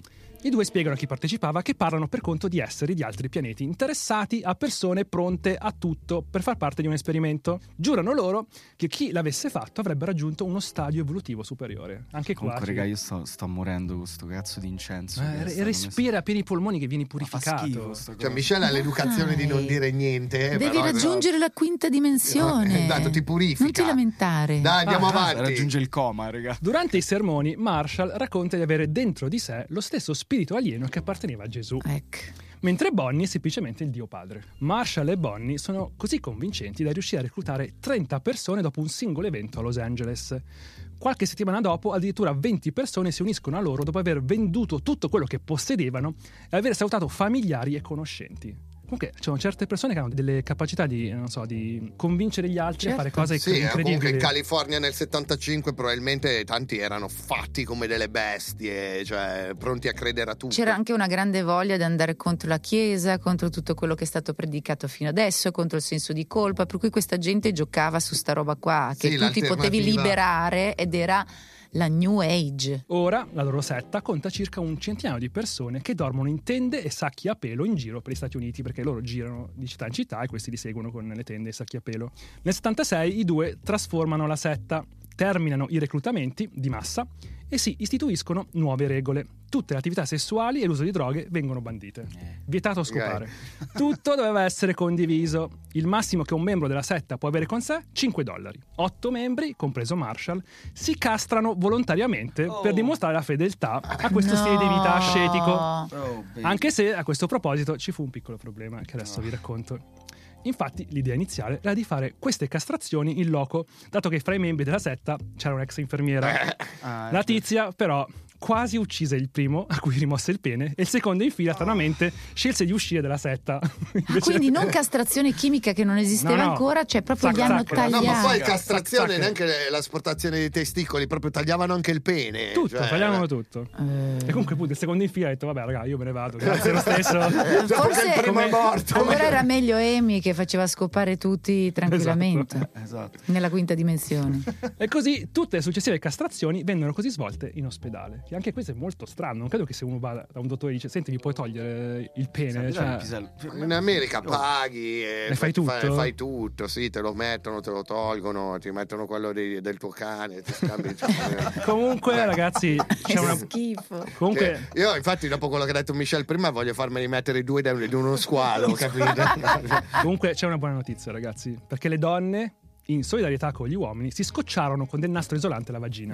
I due spiegano a chi partecipava che parlano per conto di esseri di altri pianeti interessati a persone pronte a tutto per far parte di un esperimento. Giurano loro che chi l'avesse fatto avrebbe raggiunto uno stadio evolutivo superiore. Anche qua. Comunque, raga, io sto, sto morendo con sto cazzo di incenso. Eh, respira pieni i polmoni che vieni purificato. Schifo, cioè, Michelle ha l'educazione di non dire niente. Devi però, raggiungere la quinta dimensione. Esatto, ti purifica. Non ti lamentare. Dai, andiamo Ah, avanti. Raggiunge il coma, raga. Durante i sermoni, Marshall racconta di avere dentro di sé lo stesso spirito alieno che apparteneva a Gesù. Ecco. Mentre Bonnie è semplicemente il Dio Padre. Marshall e Bonnie sono così convincenti da riuscire a reclutare trenta persone dopo un singolo evento a Los Angeles. Qualche settimana dopo, addirittura venti persone si uniscono a loro dopo aver venduto tutto quello che possedevano e aver salutato familiari e conoscenti. Comunque ci sono certe persone che hanno delle capacità di, non so, di convincere gli altri Certo. a fare cose Sì, incredibili. comunque in California nel settantacinque probabilmente tanti erano fatti come delle bestie, cioè pronti a credere a tutto. C'era anche una grande voglia di andare contro la Chiesa, contro tutto quello che è stato predicato fino adesso, contro il senso di colpa, per cui questa gente giocava su sta roba qua, che Sì, tu ti potevi l'alternativa. liberare, ed era la New Age. Ora la loro setta conta circa un centinaio di persone che dormono in tende e sacchi a pelo in giro per gli Stati Uniti, perché loro girano di città in città e questi li seguono con le tende e i sacchi a pelo. Nel settantasei i due trasformano la setta, terminano i reclutamenti di massa e si istituiscono nuove regole. Tutte le attività sessuali e l'uso di droghe vengono bandite. Vietato scopare. Tutto doveva essere condiviso. Il massimo che un membro della setta può avere con sé, cinque dollari. Otto membri, compreso Marshall, si castrano volontariamente Oh. per dimostrare la fedeltà a questo No. stile di vita ascetico. Oh, baby. Anche se a questo proposito ci fu un piccolo problema che adesso vi racconto. Infatti l'idea iniziale era di fare queste castrazioni in loco, dato che fra i membri della setta c'era un'ex infermiera. Ah, La tizia però quasi uccise il primo, a cui rimosse il pene, e il secondo in fila stranamente scelse di uscire dalla setta. Ah, Invece- quindi non castrazione chimica che non esisteva No, no. ancora, cioè proprio Zac, gli hanno zac, no, tagliato. No, ma poi Zac, castrazione, zac. neanche l'asportazione dei testicoli, proprio tagliavano anche il pene. Tutto, cioè, tagliavano tutto. Eh. E comunque appunto il secondo in fila ha detto vabbè raga, io me ne vado, grazie lo stesso. Dopo che il Forse- primo è morto. Allora era meglio Amy che faceva scopare tutti tranquillamente Esatto. nella quinta dimensione. E così tutte le successive castrazioni vennero così svolte in ospedale. Che anche questo è molto strano. Non credo che se uno va da un dottore e dice senti mi puoi togliere il pene, cioè, In America paghi e E fai tutto? Fai, fai tutto, sì, te lo mettono, te lo tolgono, ti mettono quello dei- del tuo cane, ti scambi. comunque ragazzi c'è Che una schifo. comunque Che io infatti dopo quello che ha detto Michelle prima voglio farmeli mettere due di uno squalo, capito? comunque c'è una buona notizia ragazzi, perché le donne in solidarietà con gli uomini si scocciarono con del nastro isolante la vagina.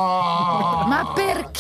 No! Ma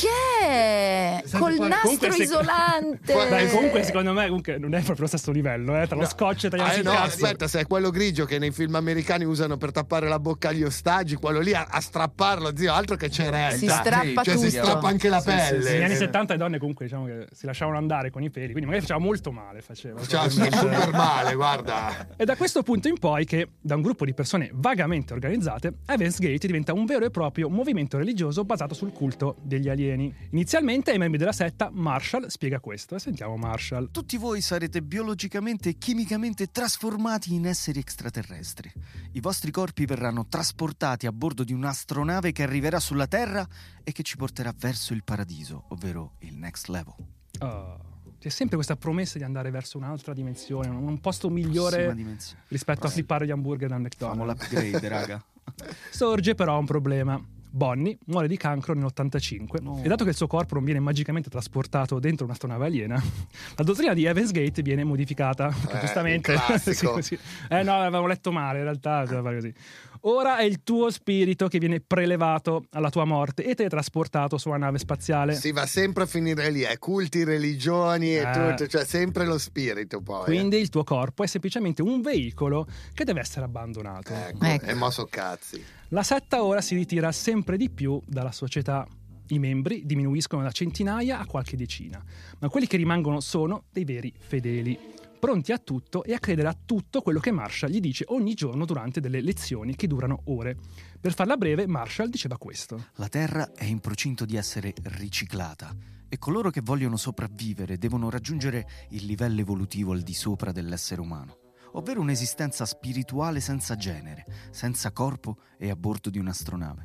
perché? Col poi- nastro comunque se- isolante. Dai, comunque secondo me comunque non è proprio lo stesso livello, eh, tra lo scotch e tagliarsi Ah, il no, cazzo. aspetta, se è quello grigio che nei film americani usano per tappare la bocca agli ostaggi, quello lì a, a strapparlo, zio, altro che ceretta. Si strappa cioè, si tutto. strappa anche la Sì, sì, pelle. sì. Negli anni settanta le donne comunque diciamo che si lasciavano andare con i peli, quindi magari faceva molto male, faceva. Cioè, super male, guarda. È da questo punto in poi che, da un gruppo di persone vagamente organizzate, Heaven's Gate diventa un vero e proprio movimento religioso basato sul culto degli alieni. Inizialmente ai membri della setta Marshall spiega questo, e sentiamo Marshall. Tutti voi sarete biologicamente e chimicamente trasformati in esseri extraterrestri. I vostri corpi verranno trasportati a bordo di un'astronave che arriverà sulla Terra e che ci porterà verso il paradiso, ovvero il next level. Oh, c'è sempre questa promessa di andare verso un'altra dimensione, un posto migliore Prossima dimensione. rispetto a flippare gli hamburger da Famo McDonald's. l'upgrade, raga. Sorge però un problema. Bonnie muore di cancro nell'ottantacinque No. e dato che il suo corpo non viene magicamente trasportato dentro un'astronave aliena, la dottrina di Heaven's Gate viene modificata. Perché Eh, giustamente il classico. sì, così. Eh no, avevo letto male in realtà, bisogna fare così. Ora è il tuo spirito che viene prelevato alla tua morte e teletrasportato su una nave spaziale. Si va sempre a finire lì, è culti, religioni e Eh. tutto, cioè sempre lo spirito poi. Quindi il tuo corpo è semplicemente un veicolo che deve essere abbandonato. Ecco, Ecco. e mo so cazzi. La setta ora si ritira sempre di più dalla società. I membri diminuiscono da centinaia a qualche decina, ma quelli che rimangono sono dei veri fedeli, pronti a tutto e a credere a tutto quello che Marshall gli dice ogni giorno durante delle lezioni che durano ore. Per farla breve, Marshall diceva questo. La Terra è in procinto di essere riciclata e coloro che vogliono sopravvivere devono raggiungere il livello evolutivo al di sopra dell'essere umano, ovvero un'esistenza spirituale senza genere, senza corpo e a bordo di un'astronave.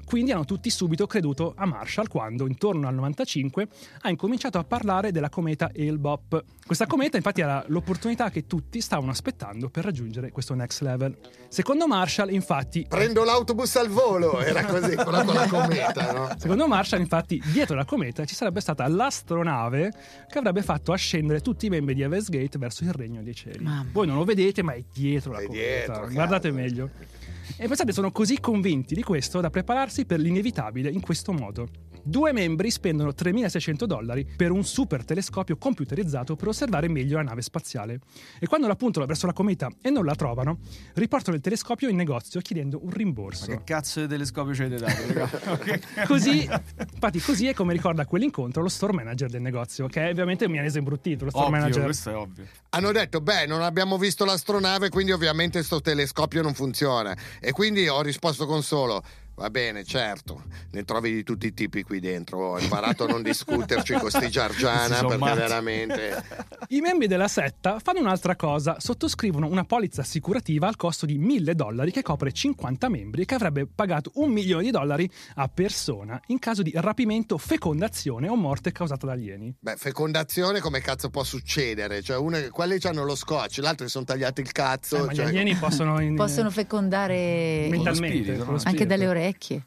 Quindi hanno tutti subito creduto a Marshall quando, intorno al novantacinque, ha incominciato a parlare della cometa Hale-Bopp. Questa cometa infatti era l'opportunità che tutti stavano aspettando per raggiungere questo next level. Secondo Marshall, infatti... Prendo l'autobus al volo, era così, però con la cometa, no? Secondo Marshall, infatti, dietro la cometa ci sarebbe stata l'astronave che avrebbe fatto ascendere tutti i membri di Heaven's Gate verso il regno dei cieli. Mamma. Voi non lo vedete, ma è dietro la È cometa. dietro, Guardate cavolo. meglio. E pensate, sono così convinti di questo da prepararsi per l'inevitabile in questo modo. Due membri spendono tremilaseicento dollari per un super telescopio computerizzato per osservare meglio la nave spaziale. E quando la puntano verso la cometa e non la trovano, riportano il telescopio in negozio chiedendo un rimborso. Ma che cazzo di telescopio ci avete dato, raga? Così, infatti, così è come ricorda quell'incontro lo store manager del negozio, che è ovviamente un milanese imbruttito. Lo store Ovvio, manager. questo è ovvio. Hanno detto, beh, non abbiamo visto l'astronave, quindi ovviamente sto telescopio non funziona. E quindi ho risposto con solo, va bene, certo, ne trovi di tutti i tipi qui dentro. Ho imparato a non discuterci con sti Giargiana, Si son perché matti. veramente... I membri della setta fanno un'altra cosa, sottoscrivono una polizza assicurativa al costo di mille dollari che copre cinquanta membri e che avrebbe pagato un milione di dollari a persona in caso di rapimento, fecondazione o morte causata da alieni. Beh, fecondazione come cazzo può succedere? Cioè, uno, quelli hanno lo scotch, l'altro si sono tagliati il cazzo. Eh, ma gli cioè- alieni possono, in- Possono fecondare mentalmente, spirito, con lo no? anche spirito. dalle orecchie.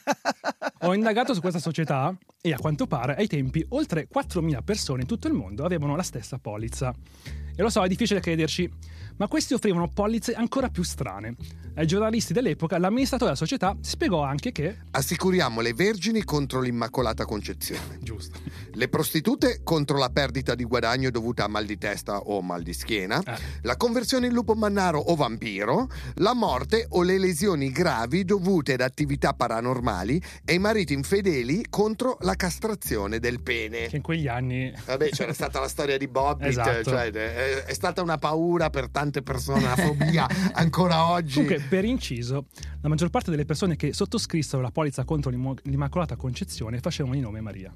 Ho indagato su questa società e a quanto pare ai tempi oltre quattromila persone in tutto il mondo avevano la stessa polizza. E lo so, è difficile crederci, ma questi offrivano polizze ancora più strane. Ai giornalisti dell'epoca l'amministratore della società spiegò anche che... Assicuriamo le vergini contro l'immacolata concezione. Giusto. Le prostitute contro la perdita di guadagno dovuta a mal di testa o mal di schiena, Eh. la conversione in lupo mannaro o vampiro, la morte o le lesioni gravi dovute ad attività paranormali e i mariti infedeli contro la castrazione del pene. Che in quegli anni... Vabbè, c'era stata la storia di Bobbit, Esatto. cioè, è, è stata una paura per tante persone, una fobia ancora oggi. Comunque, per inciso, la maggior parte delle persone che sottoscrissero la polizza contro l'immo- l'Immacolata Concezione facevano di nome Maria.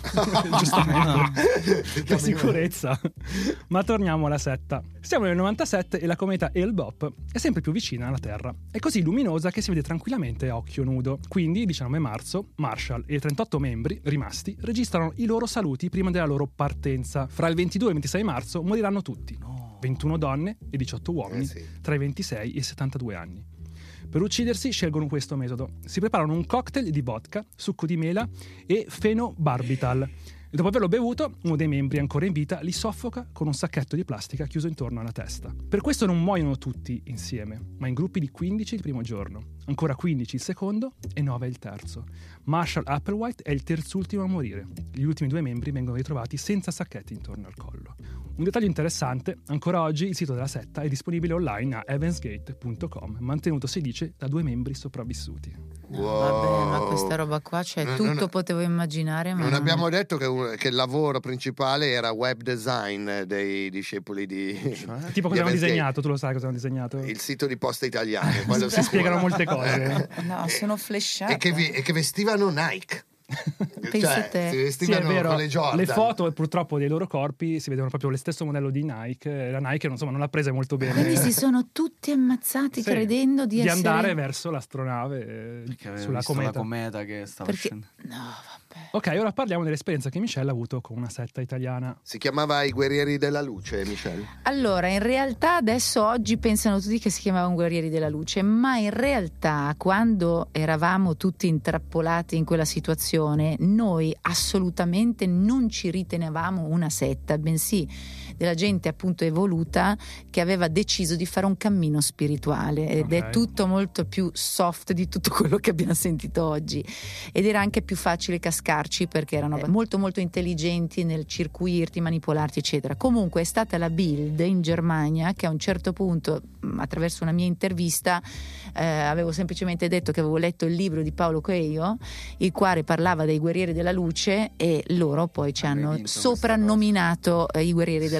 Giustamente, per sicurezza. Ma torniamo alla setta. Siamo nel novantasette e la cometa Hale-Bopp è sempre più vicina alla Terra. È così luminosa che si vede tranquillamente a occhio nudo. Quindi, il diciannove marzo, Marshall e i trentotto membri rimasti registrano i loro saluti prima della loro partenza. Fra il ventidue e il ventisei marzo moriranno tutti. ventuno donne e diciotto uomini Eh sì. tra i ventisei e i settantadue anni. Per uccidersi scelgono questo metodo. Si preparano un cocktail di vodka, succo di mela e fenobarbital. E dopo averlo bevuto, uno dei membri ancora in vita li soffoca con un sacchetto di plastica chiuso intorno alla testa. Per questo non muoiono tutti insieme, ma in gruppi di quindici il primo giorno, ancora quindici il secondo e nove il terzo. Marshall Applewhite è il terzultimo a morire. Gli ultimi due membri vengono ritrovati senza sacchetti intorno al collo. Un dettaglio interessante, ancora oggi il sito della setta è disponibile online a evansgate punto com, mantenuto si dice da due membri sopravvissuti. Wow. Vabbè, ma questa roba qua, cioè Non- tutto non- potevo immaginare, ma Non abbiamo detto che, un- che il lavoro principale era web design dei discepoli di... Tipo cosa di hanno Heaven's disegnato, tu lo sai cosa hanno disegnato? Gate. Il sito di Poste Italiane. quello Si sicuro. spiegano molte cose. no, sono flashata. E che, vi- e che vestivano Nike. Pensa cioè, te. si Sì, è vestivano vero, con le Jordan. le foto purtroppo dei loro corpi si vedono proprio lo stesso modello di Nike, la Nike insomma non l'ha presa molto bene. Quindi si sono tutti ammazzati Sì, credendo di, di essere... andare verso l'astronave eh, Che aveva sulla visto cometa. la cometa che stava Perché... scendendo. No, vabbè. Ok, ora parliamo dell'esperienza che Michelle ha avuto con una setta italiana. Si chiamava I Guerrieri della Luce, Michelle. Allora, in realtà adesso oggi pensano tutti che si chiamavano Guerrieri della Luce, ma in realtà quando eravamo tutti intrappolati in quella situazione, noi assolutamente non ci ritenevamo una setta, bensì della gente appunto evoluta che aveva deciso di fare un cammino spirituale ed Ok. è tutto molto più soft di tutto quello che abbiamo sentito oggi ed era anche più facile cascarci perché erano molto molto intelligenti nel circuirti, manipolarti eccetera. Comunque è stata la Bild in Germania che a un certo punto mh, attraverso una mia intervista eh, avevo semplicemente detto che avevo letto il libro di Paulo Coelho il quale parlava dei guerrieri della luce e loro poi ci Avevi hanno vinto questa soprannominato eh, i guerrieri della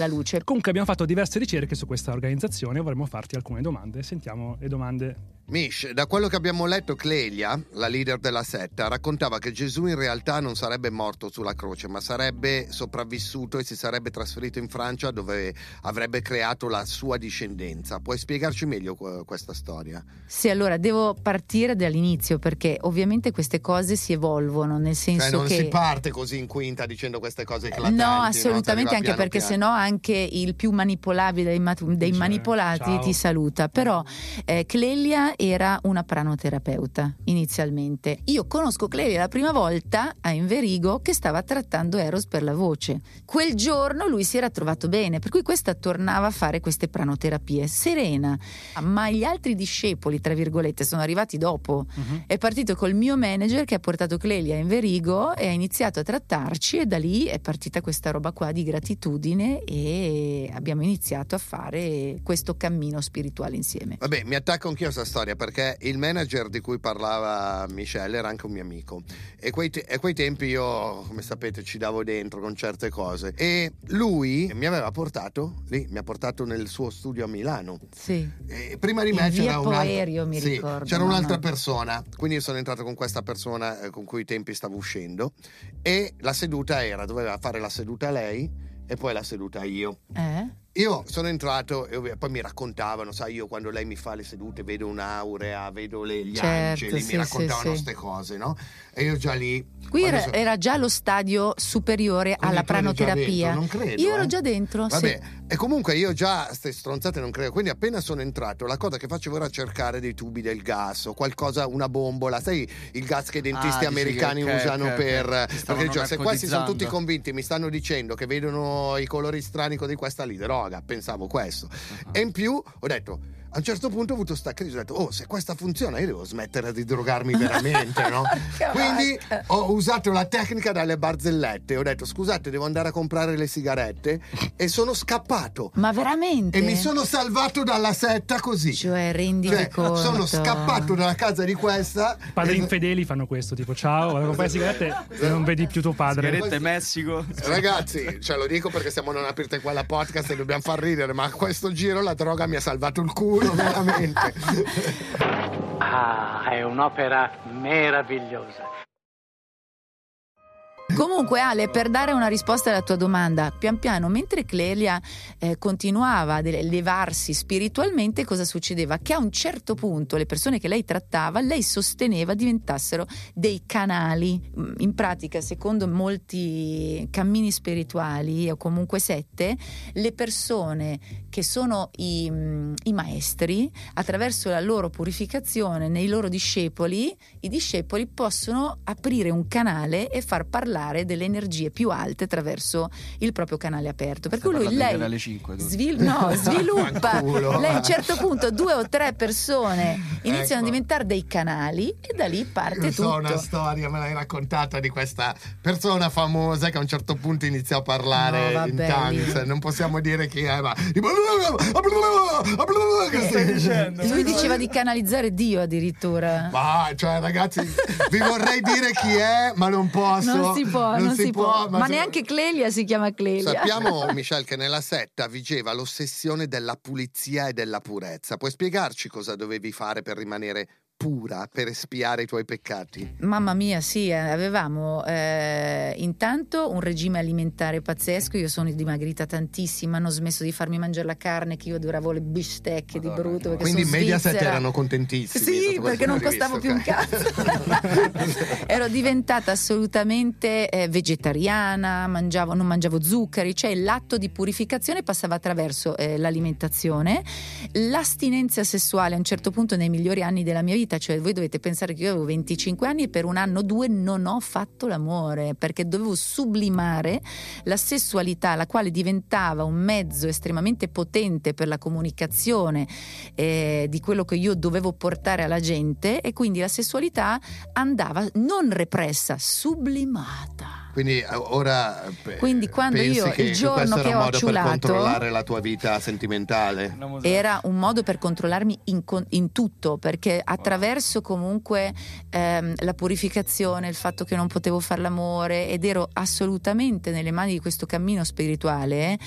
luce. Comunque abbiamo fatto diverse ricerche su questa organizzazione, vorremmo farti alcune domande. Sentiamo le domande. Mish, da quello che abbiamo letto, Clelia, la leader della setta, raccontava che Gesù in realtà non sarebbe morto sulla croce, ma sarebbe sopravvissuto e si sarebbe trasferito in Francia, dove avrebbe creato la sua discendenza. Puoi spiegarci meglio questa storia? Sì, allora devo partire dall'inizio, perché ovviamente queste cose si evolvono, nel senso cioè non che si parte così in quinta dicendo queste cose eclatanti. No, assolutamente, no? anche perché piano. sennò anche il più manipolabile dei, mat- dei Cioè, manipolati ciao. ti saluta. Però eh, Clelia era una pranoterapeuta inizialmente. Io conosco Clelia la prima volta a Inverigo che stava trattando Eros per la voce. Quel giorno lui si era trovato bene, per cui questa tornava a fare queste pranoterapie serena. Ma gli altri discepoli, tra virgolette, sono arrivati dopo. Uh-huh. È partito col mio manager che ha portato Clelia a Inverigo e ha iniziato a trattarci, e da lì è partita questa roba qua di gratitudine e abbiamo iniziato a fare questo cammino spirituale insieme. Vabbè, mi attacco anch'io a questa storia perché il manager di cui parlava Michelle era anche un mio amico e quei, te- e quei tempi io, come sapete, ci davo dentro con certe cose, e lui mi aveva portato lì, mi ha portato nel suo studio a Milano. Sì. E prima di me In c'era via un'altra, Poerio, mi sì, ricordo, c'era no, un'altra no. persona, quindi io sono entrato con questa persona eh, con cui i tempi stavo uscendo, e la seduta era, doveva fare la seduta lei e poi la seduta io. Eh? Io sono entrato e ov- poi mi raccontavano, sai, io quando lei mi fa le sedute vedo un'aurea, vedo le, gli Certo, angeli, sì, mi raccontavano sì, sì. queste cose, no? E io già lì... Qui quando era, so- era già lo stadio superiore Quindi alla tu eri già pranoterapia. dentro, non credo, Io ero eh. già dentro, Vabbè, sì. e comunque io già ste stronzate non credo, quindi appena sono entrato la cosa che facevo era cercare dei tubi del gas o qualcosa, una bombola, sai il gas che i dentisti Ah, dici americani che- ok, usano ok, ok. per... Ti Perché stavano cioè, se questi sono tutti narcotizzando. convinti, mi stanno dicendo che vedono i colori strani di questa lì, droga, pensavo questo. Uh-huh. E in più ho detto, a un certo punto ho avuto sta crisi, ho detto, oh, se questa funziona io devo smettere di drogarmi veramente, no? Quindi ho usato la tecnica dalle barzellette, ho detto, scusate, devo andare a comprare le sigarette, e sono scappato. Ma veramente? E mi sono salvato dalla setta così. Cioè, renditi Cioè, conto. sono scappato dalla casa di questa. Padri e- infedeli fanno questo, tipo ciao, vado a comprare sigarette e non vedi più tuo padre. Sigarette Messico. Ragazzi, ce lo dico perché siamo non aprite qua la podcast e dobbiamo far ridere, ma a questo giro la droga mi ha salvato il culo, veramente. Ah, è un'opera meravigliosa. Comunque Ale, per dare una risposta alla tua domanda, pian piano mentre Clelia eh, continuava a elevarsi spiritualmente, cosa succedeva? Che a un certo punto le persone che lei trattava, lei sosteneva diventassero dei canali. In pratica, secondo molti cammini spirituali o comunque sette, le persone che sono i, i maestri, attraverso la loro purificazione nei loro discepoli, i discepoli possono aprire un canale e far parlare delle energie più alte attraverso il proprio canale aperto. Per cui lui lei alle cinque, tu. svil- no, sviluppa Fanculo. lei a un certo punto due o tre persone iniziano Ecco. a diventare dei canali e da lì parte Io so tutto. una storia, me l'hai raccontata, di questa persona famosa che a un certo punto iniziò a parlare No, in vabbè, tongues. lì. Non possiamo dire chi è, ma Che stai dicendo? Lui diceva di canalizzare Dio addirittura. Ma cioè, ragazzi, vi vorrei dire chi è, ma non posso. Non si può, non, si, può. Ma, se- neanche Clelia si chiama Clelia. Sappiamo, Michelle, che nella setta vigeva l'ossessione della pulizia e della purezza. Puoi spiegarci cosa dovevi fare per rimanere pura, per espiare i tuoi peccati? Mamma mia, sì, eh, avevamo eh, intanto un regime alimentare pazzesco. Io sono dimagrita tantissimo, hanno smesso di farmi mangiare la carne, che io adoravo le bistecche Madonna, di brutto, perché Quindi in sono Mediaset svizzera. erano contentissimi. Sì, sotto questo perché non punto di costavo più un vista, ok. cazzo. Ero diventata assolutamente eh, vegetariana, mangiavo, non mangiavo zuccheri, cioè l'atto di purificazione passava attraverso eh, l'alimentazione, l'astinenza sessuale a un certo punto nei migliori anni della mia vita. Cioè voi dovete pensare che io avevo venticinque anni e per un anno o due non ho fatto l'amore, perché dovevo sublimare la sessualità, la quale diventava un mezzo estremamente potente per la comunicazione eh, di quello che io dovevo portare alla gente, e quindi la sessualità andava non repressa, sublimata. Quindi ora Quindi quando pensi io che il giorno questo che era ho un modo ciulato, per controllare la tua vita sentimentale? era un modo per controllarmi in, in tutto, perché attraverso comunque ehm, la purificazione, il fatto che non potevo fare l'amore ed ero assolutamente nelle mani di questo cammino spirituale,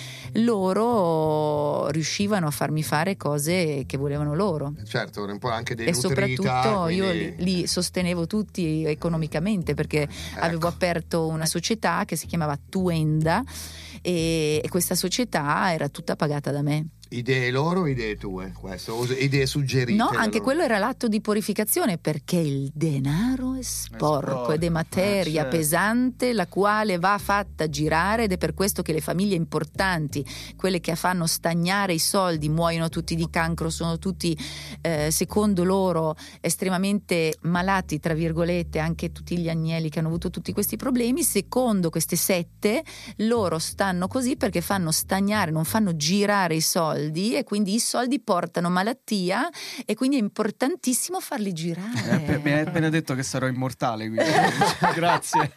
loro riuscivano a farmi fare cose che volevano loro. Certo, un po' anche dei E nutrita, soprattutto quindi... io li, li sostenevo tutti economicamente, perché ecco. avevo aperto una società che si chiamava Tuenda e, e questa società era tutta pagata da me. Idee loro o idee tue? Questo, o idee suggerite? No, anche loro. quello era l'atto di purificazione, perché il denaro è sporco, è sporco. ed è materia eh, certo. pesante, la quale va fatta girare, ed è per questo che le famiglie importanti, quelle che fanno stagnare i soldi, muoiono tutti di cancro, sono tutti eh, secondo loro estremamente malati, tra virgolette, anche tutti gli agnelli che hanno avuto tutti questi problemi. Secondo queste sette, loro stanno così perché fanno stagnare, non fanno girare i soldi, e quindi i soldi portano malattia, e quindi è importantissimo farli girare. Eh, mi hai appena detto che sarò immortale, quindi grazie.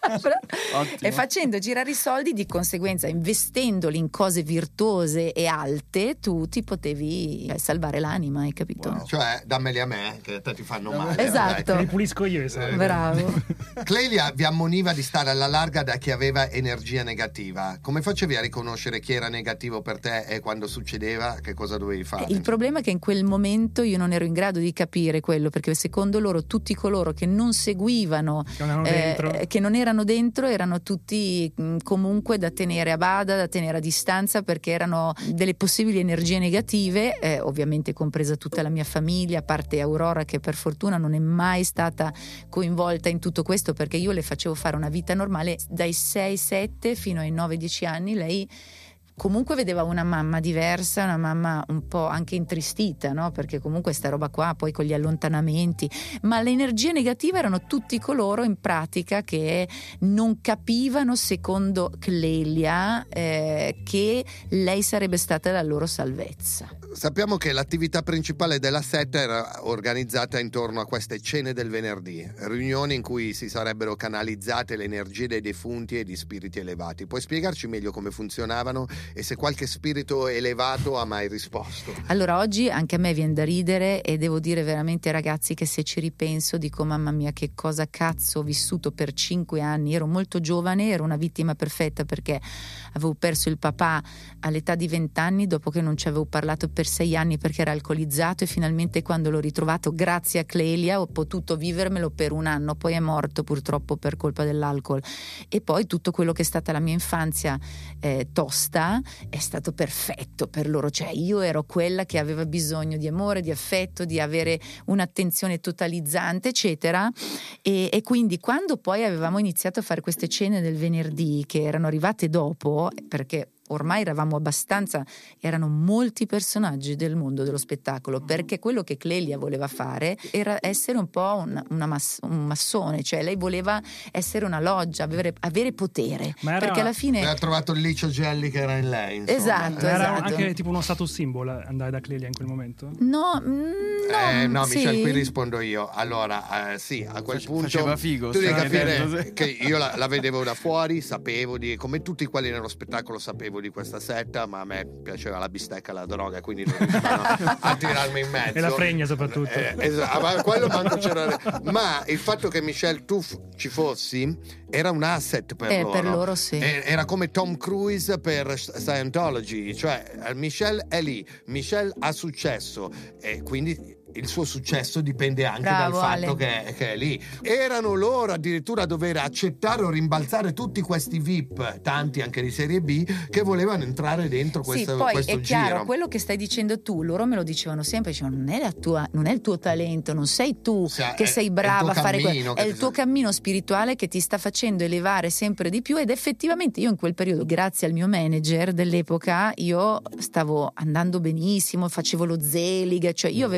E facendo girare i soldi, di conseguenza investendoli in cose virtuose e alte, tu ti potevi eh, salvare l'anima, hai capito? Wow. Cioè, dammeli a me, che a te ti fanno male. Esatto. Li ripulisco io. Eh, Bravo. Clelia vi ammoniva di stare alla larga da chi aveva energia negativa. Come facevi a riconoscere chi era negativo per te e quando succedeva che cosa dovevi fare? Il problema è che in quel momento io non ero in grado di capire quello, perché secondo loro tutti coloro che non seguivano, che non, eh, che non erano dentro, erano tutti mh, comunque da tenere a bada, da tenere a distanza, perché erano delle possibili energie negative, eh, ovviamente compresa tutta la mia famiglia, a parte Aurora, che per fortuna non è mai stata coinvolta in tutto questo, perché io le facevo fare una vita normale dai sei sette fino ai nove dieci anni. Lei comunque vedeva una mamma diversa, una mamma un po' anche intristita, no? Perché comunque sta roba qua, poi con gli allontanamenti, ma le energie negative erano tutti coloro in pratica che non capivano, secondo Clelia, eh, che lei sarebbe stata la loro salvezza. Sappiamo che l'attività principale della setta era organizzata intorno a queste cene del venerdì, riunioni in cui si sarebbero canalizzate le energie dei defunti e di spiriti elevati. Puoi spiegarci meglio come funzionavano e se qualche spirito elevato ha mai risposto? Allora, oggi anche a me viene da ridere, e devo dire veramente, ragazzi, che se ci ripenso dico mamma mia, che cosa cazzo ho vissuto per cinque anni. Ero molto giovane, ero una vittima perfetta, perché avevo perso il papà all'età di vent'anni, dopo che non ci avevo parlato per sei anni perché era alcolizzato, e finalmente quando l'ho ritrovato, grazie a Clelia, ho potuto vivermelo per un anno. Poi è morto purtroppo per colpa dell'alcol. E poi tutto quello che è stata la mia infanzia eh, tosta è stato perfetto per loro. Cioè io ero quella che aveva bisogno di amore, di affetto, di avere un'attenzione totalizzante, eccetera. E, e quindi quando poi avevamo iniziato a fare queste cene del venerdì, che erano arrivate dopo, perché ormai eravamo abbastanza, erano molti personaggi del mondo dello spettacolo, perché quello che Clelia voleva fare era essere un po' un, una mass- un massone, cioè lei voleva essere una loggia, avere, avere potere, Ma era, perché alla fine ha trovato il Licio Gelli che era in lei, insomma. esatto, era esatto. anche tipo uno status symbol andare da Clelia in quel momento? No, mm, no, Eh, no, sì. Michelle, qui rispondo io. Allora, eh, sì, a quel Face- punto faceva figo, tu devi stai capire vedendo? che io la, la vedevo da fuori, sapevo di, come tutti quelli nello spettacolo, sapevo di questa setta, ma a me piaceva la bistecca e la droga, quindi non riuscivano a tirarmi in mezzo. E la fregna soprattutto. Eh, esatto, ma quello manco c'era. Ma il fatto che Michelle tu f- ci fossi era un asset per Eh, loro. per loro sì. Eh, Era come Tom Cruise per Scientology, cioè Michelle è lì, Michelle ha successo e quindi il suo successo dipende anche Bravo, dal fatto Ale. che, che è lì. Erano loro addirittura a dover accettare o rimbalzare tutti questi V I P, tanti anche di serie B, che volevano entrare dentro questo, sì, poi questo è chiaro, giro. quello che stai dicendo tu, loro me lo dicevano sempre, dicevano non è la tua, non è il tuo talento, non sei tu Sì, che è- sei è il brava tuo a fare cammino quello, che è ti il tuo sta- cammino spirituale che ti sta facendo elevare sempre di più. Ed effettivamente io in quel periodo, grazie al mio manager dell'epoca, io stavo andando benissimo, facevo lo Zelig, cioè io avevo una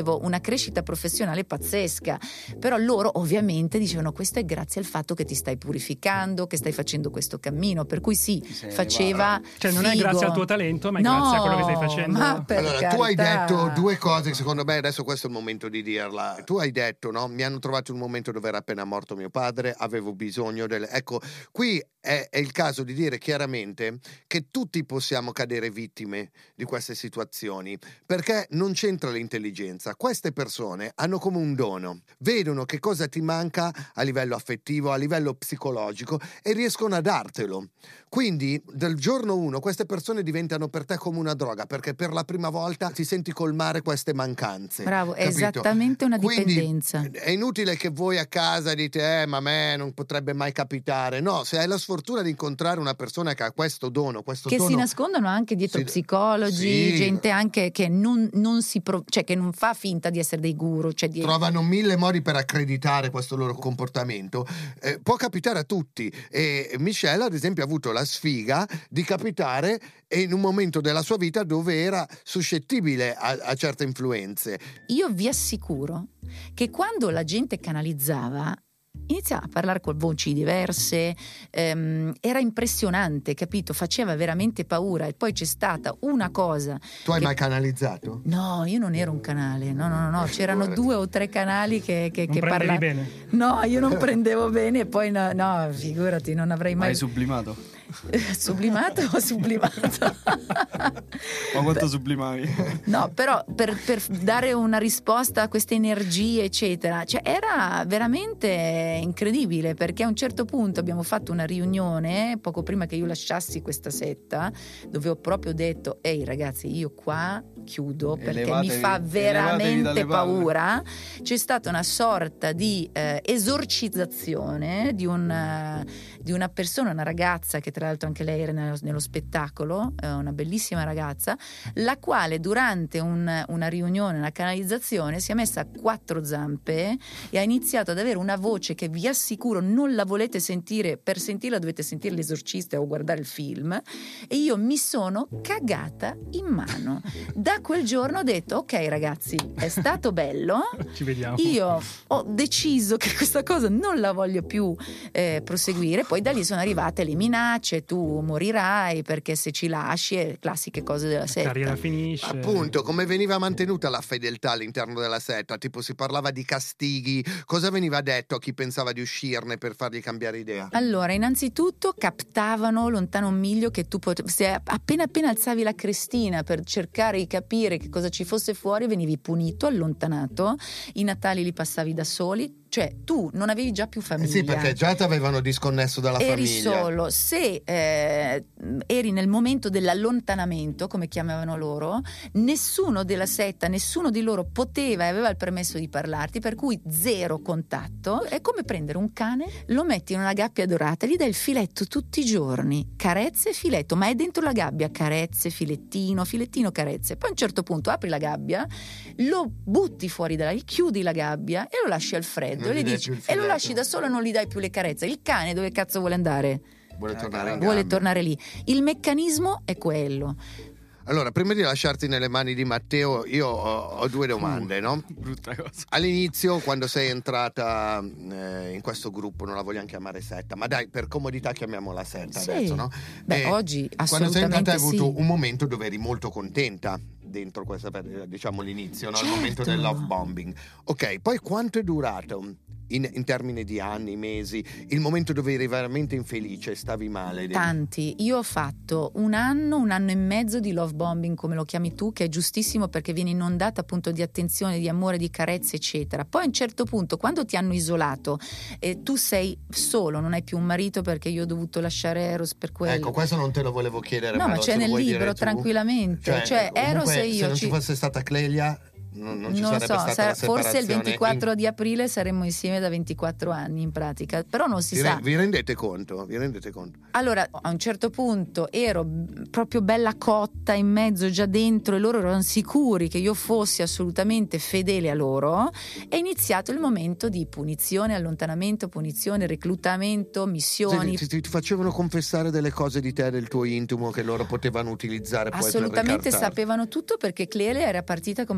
crescita professionale pazzesca. Però loro ovviamente dicevano: questo è grazie al fatto che ti stai purificando, che stai facendo questo cammino, per cui sì, Sì, faceva Cioè non è figo. grazie al tuo talento, ma è No, grazie a quello che stai facendo. ma per Allora, tu hai carità. detto due cose che secondo me adesso questo è il momento di dirla. Tu hai detto, no? Mi hanno trovato un momento dove era appena morto mio padre, avevo bisogno del... Ecco, qui è, è il caso di dire chiaramente che tutti possiamo cadere vittime di queste situazioni, perché non c'entra l'intelligenza. Queste persone hanno come un dono, vedono che cosa ti manca a livello affettivo, a livello psicologico e riescono a dartelo. Quindi dal giorno uno queste persone diventano per te come una droga, perché per la prima volta ti senti colmare queste mancanze. Bravo, è capito? esattamente una Quindi dipendenza. è inutile che voi a casa dite eh ma a me non potrebbe mai capitare. No, se hai la sfortuna di incontrare una persona che ha questo dono, questo Che dono, si nascondono anche dietro Sì, psicologi, sì. gente anche che non, non si pro- cioè che non fa finta di essere dei guru, cioè di... trovano mille modi per accreditare questo loro comportamento. Eh, può capitare a tutti, e Michelle ad esempio ha avuto la sfiga di capitare in un momento della sua vita dove era suscettibile a, a certe influenze. Io vi assicuro che quando la gente canalizzava iniziava a parlare con voci diverse, ehm, era impressionante, capito? Faceva veramente paura. E poi c'è stata una cosa. Tu hai che... mai canalizzato? No, io non ero un canale, no, no, no, no. C'erano Guarda. due o tre canali che, che, Non che prendevi parlavano. bene. No, io non prendevo bene e poi no, no, figurati, non avrei Ma mai hai sublimato? sublimato o sublimato. Ma quanto sublimavi? No, però per, per dare una risposta a queste energie, eccetera, cioè era veramente incredibile, perché a un certo punto abbiamo fatto una riunione poco prima che io lasciassi questa setta, dove ho proprio detto: ehi ragazzi, io qua chiudo perché Elevatevi- mi fa elevatevi veramente dalle palle. paura. C'è stata una sorta di eh, esorcizzazione di, un, eh, di una persona, una ragazza che tra l'altro anche lei era nello, nello spettacolo, eh, una bellissima ragazza, la quale durante un, una riunione, una canalizzazione si è messa a quattro zampe e ha iniziato ad avere una voce che vi assicuro non la volete sentire, per sentirla dovete sentire l'esorcista o guardare il film, e io mi sono cagata in mano. Da quel giorno ho detto: ok ragazzi, è stato bello, Ci vediamo. io ho deciso che questa cosa non la voglio più eh, proseguire. Poi da lì sono arrivate le minacce: tu morirai perché se ci lasci, è classiche cose della La setta. carriera finisce. Appunto, come veniva mantenuta la fedeltà all'interno della setta? Tipo, si parlava di castighi, cosa veniva detto a chi pensava di uscirne per fargli cambiare idea? Allora, innanzitutto captavano lontano un miglio che tu potevi, se appena appena alzavi la crestina per cercare di capire che cosa ci fosse fuori, venivi punito, allontanato. I Natali li passavi da soli, cioè tu non avevi già più Eh famiglia. sì, perché già ti avevano disconnesso dalla Eri famiglia. solo, se eh, eri nel momento dell'allontanamento, come chiamavano loro, nessuno della setta, nessuno di loro poteva e aveva il permesso di parlarti, per cui zero contatto. È come prendere un cane, lo metti in una gabbia dorata, gli dai il filetto tutti i giorni, carezze e filetto, ma è dentro la gabbia, carezze, filettino, filettino, carezze. Poi a un certo punto apri la gabbia, lo butti fuori da lì, chiudi la gabbia e lo lasci al freddo. Non E, gli gli dai dici, più il e lo filetto. lasci da solo e non gli dai più le carezze. Il cane dove cazzo vuole andare? Vuole tornare in Vuole gamba. tornare lì. Il meccanismo è quello. Allora, prima di lasciarti nelle mani di Matteo, io ho, ho due domande, no? Brutta cosa. All'inizio, quando sei entrata eh, in questo gruppo, non la vogliamo chiamare setta, ma dai, per comodità chiamiamola setta Sì. adesso, no? Beh, Eh, oggi quando sei entrata assolutamente hai avuto sì. un momento dove eri molto contenta dentro questa, diciamo, l'inizio, no? Il momento Certo. del love bombing. Ok, poi quanto è durato? In, in termini di anni, mesi, il momento dove eri veramente infelice, stavi male? Tanti. Io ho fatto un anno, un anno e mezzo di love bombing, come lo chiami tu, che è giustissimo perché viene inondata appunto di attenzione, di amore, di carezze, eccetera. Poi a un certo punto, quando ti hanno isolato e tu sei solo, non hai più un marito, perché io ho dovuto lasciare Eros per quello. Ecco, questo non te lo volevo chiedere. No, ma lo- c'è se lo nel vuoi libro, dire tu. tranquillamente. Cioè, comunque, Eros e se io non ci- ci fosse stata Clelia, non, non ci non lo sarebbe so, stata sarà- la separazione. forse il ventiquattro In- di aprile saremmo insieme da ventiquattro anni in pratica, però non si Vi, sa. re- vi rendete conto? Vi rendete conto? Allora, a un certo punto ero b- proprio bella cotta in mezzo, già dentro, e loro erano sicuri che io fossi assolutamente fedele a loro. È iniziato il momento di punizione, allontanamento, punizione, reclutamento, missioni. Ti, ti- ti facevano confessare delle cose di te, del tuo intimo, che loro potevano utilizzare poi per Assolutamente ricartarti. sapevano tutto, perché Clele era partita come una psicoterapeuta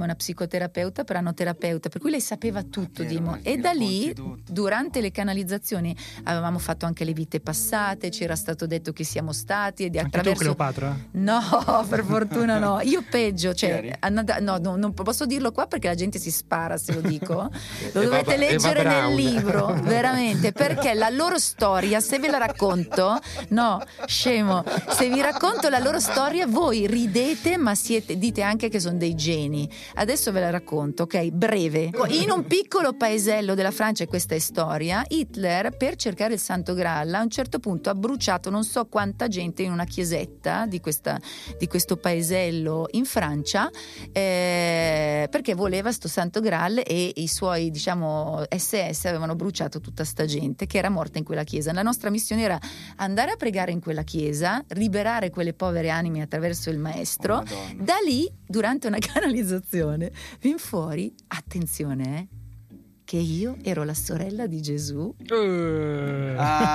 psicoterapeuta, pranoterapeuta, per cui lei sapeva tutto vero, di mo- ma e mi da racconti lì tutto. durante le canalizzazioni avevamo fatto anche le vite passate, c'era stato detto chi siamo stati e di Anche tu, attraverso Cleopatra? no, per fortuna no, io peggio, cioè Chi eri? andata- no, no, non posso dirlo qua perché la gente si spara se lo dico, lo Eva- dovete leggere Eva nel Braun. libro, veramente, perché la loro storia, se ve la racconto, no, scemo, se vi racconto la loro storia voi ridete ma siete, dite anche che sono dei geni. Adesso ve la racconto, ok? Breve. In un piccolo paesello della Francia, e questa è storia, Hitler per cercare il Santo Graal a un certo punto ha bruciato non so quanta gente in una chiesetta di, questa, di questo paesello in Francia, eh, perché voleva sto Santo Graal e i suoi, diciamo, S S avevano bruciato tutta sta gente che era morta in quella chiesa. La nostra missione era andare a pregare in quella chiesa, liberare quelle povere anime attraverso il maestro. Oh, Madonna. Da lì, durante una canalizzazione, vin fuori, attenzione, eh, che io ero la sorella di Gesù. Eh.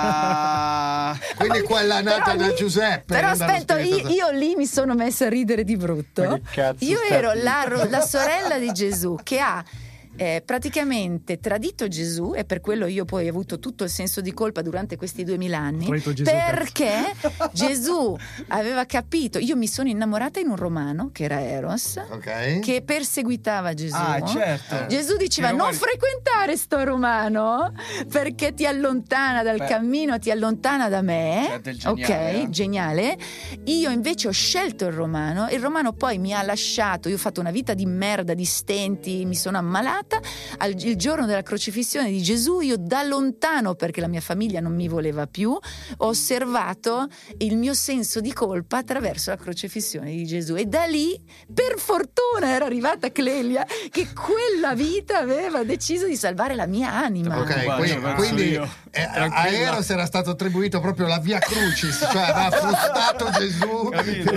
Ah, Quindi quella nata Però da lì- Giuseppe. Però non dallo aspetta, Spirito io, Santo. io lì mi sono messa a ridere di brutto. Ma che cazzo Io stai ero a dire? la, ro- la sorella di Gesù che ha eh, praticamente tradito Gesù, e per quello io poi ho avuto tutto il senso di colpa durante questi duemila anni, Tradito Gesù, perché Gesù aveva capito, io mi sono innamorata in un romano che era Eros, Ok. che perseguitava Gesù. ah, certo. Gesù diceva: I non romani- frequentare sto romano perché ti allontana dal Beh. cammino, ti allontana da me. Certo, il geniale, ok, eh. geniale. Io invece ho scelto il romano. Il romano poi mi ha lasciato. Io ho fatto una vita di merda, di stenti, mi sono ammalata. Al, il giorno della crocifissione di Gesù, io da lontano, perché la mia famiglia non mi voleva più, ho osservato il mio senso di colpa attraverso la crocifissione di Gesù. E da lì, per fortuna, era arrivata Clelia, che quella vita aveva deciso di salvare la mia anima. Ok, Guarda, quindi, guarda, quindi io. eh, a Tranquilla. Eros era stato attribuito proprio la via Crucis, cioè aveva frustato Gesù.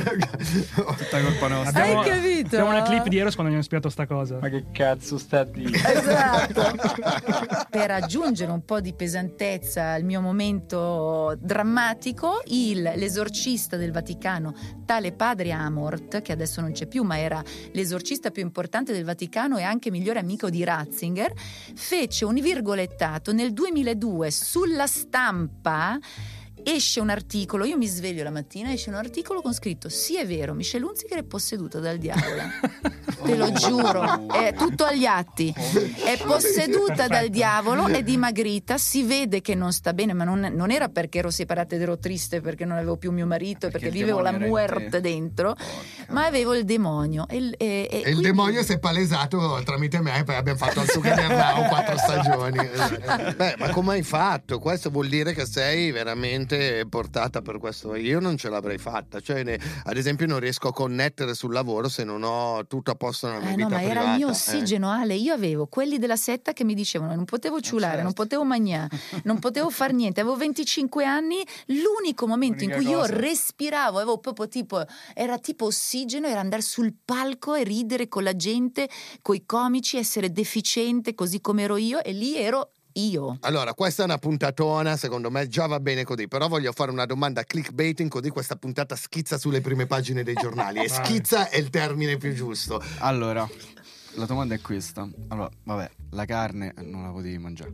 Tutta colpa nostra. Hai Abbiamo, capito? abbiamo una clip di Eros quando gli hanno spiegato sta cosa. Ma che cazzo sta a dire? Esatto. Per aggiungere un po' di pesantezza al mio momento drammatico, il, l'esorcista del Vaticano, tale padre Amort, che adesso non c'è più ma era l'esorcista più importante del Vaticano e anche migliore amico di Ratzinger, fece un virgolettato nel duemiladue sulla Stampa. Esce un articolo, io mi sveglio la mattina, esce un articolo con scritto: sì, è vero, Michelle Hunziker è posseduta dal diavolo. Te lo giuro, è tutto agli atti. È posseduta dal diavolo, è dimagrita, si vede che non sta bene, ma non, non era perché ero separata ed ero triste perché non avevo più mio marito e perché, Perché il vivevo la demonio era in muerte te. dentro, Porca. ma avevo il demonio. E, il- e- e E il quindi- demonio si è palesato tramite me, poi abbiamo fatto il Sugar Now quattro stagioni. Beh, ma come hai fatto? Questo vuol dire che sei veramente portata per questo. Io non ce l'avrei fatta. Cioè, ne- ad esempio, non riesco a connettere sul lavoro se non ho tutto a posto nella mia Eh vita no, ma privata. era il mio Eh. ossigeno, Ale. Io avevo quelli della setta che mi dicevano non potevo ciulare, certo. non potevo mangiare, non potevo far niente. Avevo venticinque anni, l'unico momento in L'unica cui cosa. io respiravo, avevo proprio tipo, era tipo ossigeno, era andare sul palco e ridere con la gente, coi comici, essere deficiente così come ero io, e lì ero io. Allora, questa è una puntatona, secondo me già va bene così, però voglio fare una domanda clickbaiting, così questa puntata schizza sulle prime pagine dei giornali. E Vai. schizza è il termine più giusto. Allora, la domanda è questa. Allora, vabbè, la carne non la potevi mangiare.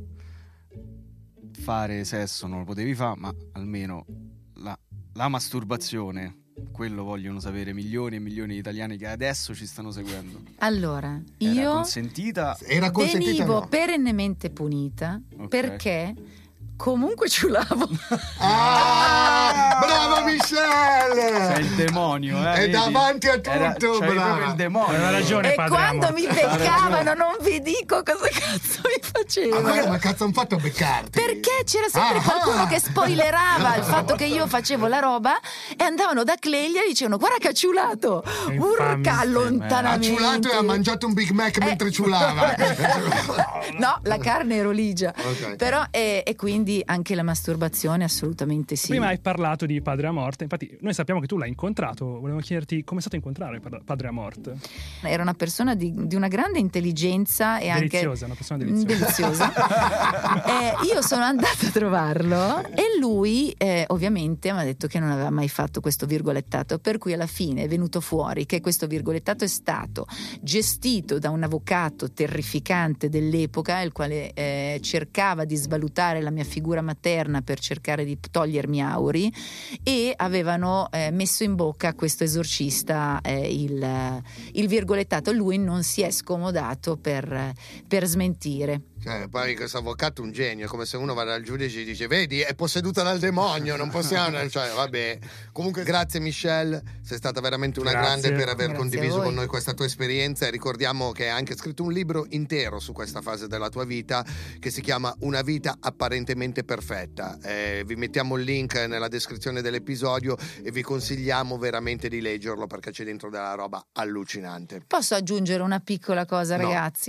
Fare sesso non lo potevi fare, ma almeno la, la masturbazione, quello vogliono sapere milioni e milioni di italiani che adesso ci stanno seguendo. Allora, Era io consentita? Era consentita o venivo no? perennemente punita Ok. perché comunque ciulavo. Ah, brava Michelle! Sei il demonio, eh? È vedi? davanti a tutto, Era, c'avevi brava. proprio il demonio. Aveva ragione. E padre quando Amor. mi beccavano non vi dico cosa cazzo mi Ah, facevano. ma, ma cazzo hanno fatto a beccarti? Perché c'era sempre Ah. qualcuno che spoilerava il fatto che io facevo la roba e andavano da Cleglia e dicevano guarda che ha ciulato. Che Urca infame. Ha allontanamento. ciulato e ha mangiato un Big Mac mentre Eh. ciulava. No, la carne ero ligia. Ok. Però e, e quindi quindi anche la masturbazione assolutamente sì. Prima hai parlato di Padre Amort, infatti noi sappiamo che tu l'hai incontrato, volevo chiederti come è stato incontrare Padre Amort. Era una persona di, di una grande intelligenza e deliziosa, anche una persona deliziosa, deliziosa. eh, io sono andata a trovarlo e lui eh, ovviamente mi ha detto che non aveva mai fatto questo virgolettato, per cui alla fine è venuto fuori che questo virgolettato è stato gestito da un avvocato terrificante dell'epoca, il quale eh, cercava di svalutare la mia figura materna per cercare di togliermi auri, e avevano eh, messo in bocca a questo esorcista eh, il, il virgolettato. Lui non si è scomodato per, per smentire. Cioè, poi questo avvocato è un genio, è come se uno va dal giudice e dice vedi è posseduta dal demonio, non possiamo, cioè vabbè. Comunque grazie Michelle, sei stata veramente una grazie. grande per aver Grazie condiviso con noi questa tua esperienza, e ricordiamo che hai anche scritto un libro intero su questa fase della tua vita che si chiama Una vita apparentemente perfetta. Eh, vi mettiamo il link nella descrizione dell'episodio e vi consigliamo veramente di leggerlo perché c'è dentro della roba allucinante. Posso aggiungere una piccola cosa, No. ragazzi?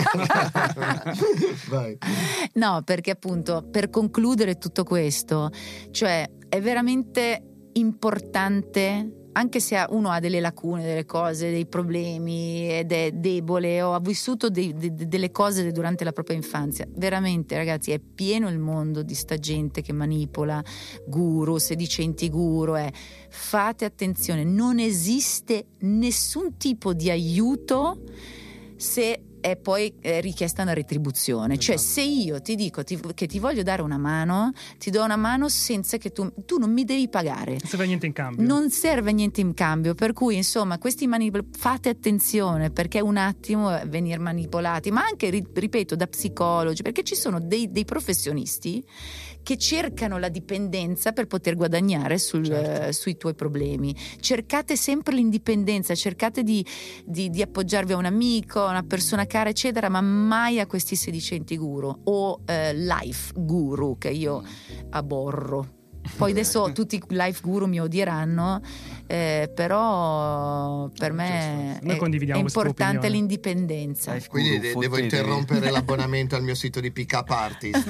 Vai. No, perché appunto per concludere tutto questo, cioè è veramente importante, anche se uno ha delle lacune, delle cose, dei problemi ed è debole o ha vissuto dei, de, delle cose durante la propria infanzia, veramente ragazzi è pieno il mondo di sta gente che manipola, guru, sedicenti guru, eh. Fate attenzione, non esiste nessun tipo di aiuto se è poi eh, richiesta una retribuzione. Cioè se io ti dico ti, che ti voglio dare una mano, ti do una mano senza che tu, tu non mi devi pagare, non serve niente in cambio, non serve niente in cambio, per cui insomma questi manipol- fate attenzione, perché un attimo eh, venire manipolati, ma anche ri- ripeto da psicologi, perché ci sono dei, dei professionisti che cercano la dipendenza per poter guadagnare sul, certo. eh, sui tuoi problemi. Cercate sempre l'indipendenza, cercate di, di, di appoggiarvi a un amico, a una persona cara eccetera, ma mai a questi sedicenti guru o eh, life guru che io aborro. Poi adesso tutti i life guru mi odieranno, eh, però per me Noi è, condividiamo è questa importante opinione. l'indipendenza. Life Quindi guru, de- devo fottetevi. interrompere l'abbonamento al mio sito di Pick Up Artist.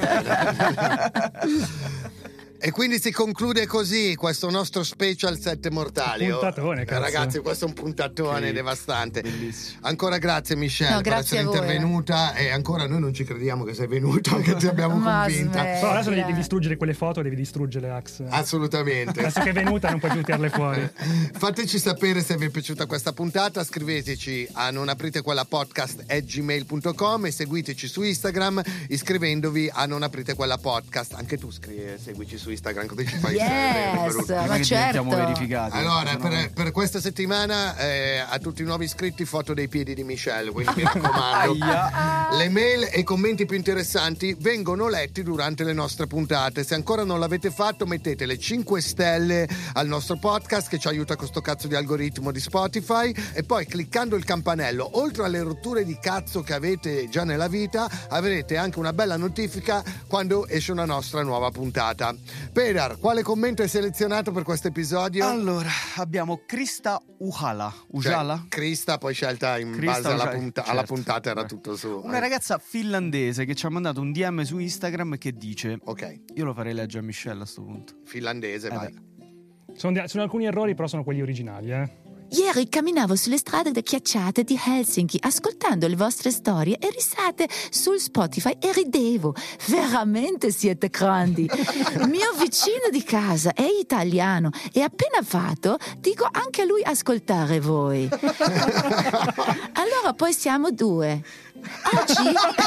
E quindi si conclude così questo nostro special Sette Mortali. Un puntatone, Oh, cazzo. ragazzi, questo è un puntatone Sì, devastante. bellissimo. Ancora grazie Michelle No, per grazie essere a voi, intervenuta, e ancora noi non ci crediamo che sei venuta, che ti abbiamo Ma convinta. smetti. Però adesso devi, Eh. devi distruggere quelle foto, devi distruggere Ax. Assolutamente. Adesso che è venuta non puoi più tirarle fuori. Fateci sapere se vi è piaciuta questa puntata, scriveteci a non aprite quella podcast at gmail punto com e seguiteci su Instagram iscrivendovi a Non aprite quella podcast. Anche tu scrivi, seguici su Instagram, così ci fai Yes, Prima ma che certo. diventiamo verificati. Allora, sennò- per, per questa settimana eh, a tutti i nuovi iscritti foto dei piedi di Michelle, quindi mi raccomando. Aia. Le mail e i commenti più interessanti vengono letti durante le nostre puntate. Se ancora non l'avete fatto, mettete le cinque stelle al nostro podcast che ci aiuta con sto cazzo di algoritmo di Spotify, e poi cliccando il campanello, oltre alle rotture di cazzo che avete già nella vita, avrete anche una bella notifica quando esce una nostra nuova puntata. Pedar, quale commento hai selezionato per questo episodio? Allora, abbiamo Krista Ujala. Cioè, Ujala? Crista poi scelta in Krista base alla, Ujala, punta- certo. alla puntata, era Eh. tutto su. Una eh. ragazza finlandese che ci ha mandato un D M su Instagram che dice: Ok, io lo farei leggere a Michelle a sto punto. finlandese, Eh vai. beh. Sono, di- sono alcuni errori, però sono quelli originali, eh. Ieri camminavo sulle strade ghiacciate di Helsinki ascoltando le vostre storie e risate sul Spotify e ridevo. Veramente siete grandi. Il mio vicino di casa è italiano e appena fatto dico anche a lui ascoltare voi. Allora poi siamo due. Oggi,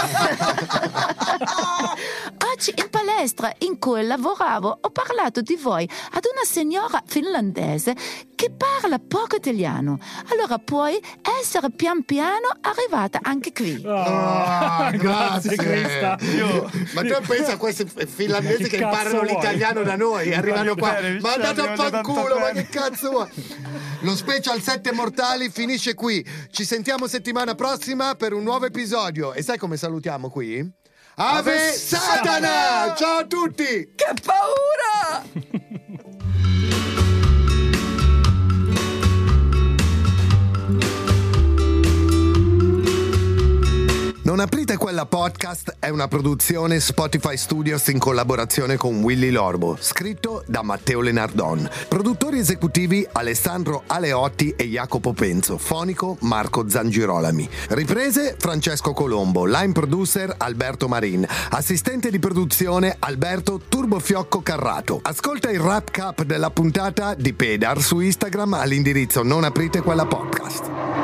oggi in palestra in cui lavoravo ho parlato di voi ad una signora finlandese che parla poco italiano. Allora puoi essere pian piano arrivata anche qui. Ah, grazie, Crista. Io- Ma tu pensa a questi finlandesi Che che cazzo imparano vuoi? l'italiano da noi, arrivano voglio qua, bene, ma andate a Michelle, voglio tanto fanculo, ma bene. che cazzo vuoi? Lo special Sette Mortali finisce qui. Ci sentiamo settimana prossima per un nuovo episodio. E sai come salutiamo qui? Ave Ave Satana! Ciao a tutti! Che paura! Non aprite quella Quella Podcast è una produzione Spotify Studios in collaborazione con Willy Lorbo, scritto da Matteo Lenardon. Produttori esecutivi Alessandro Aleotti e Jacopo Penzo, fonico Marco Zangirolami. Riprese Francesco Colombo, line producer Alberto Marin, assistente di produzione Alberto Turbofiocco Carrato. Ascolta il wrap up della puntata di Pedar su Instagram all'indirizzo Non aprite quella podcast.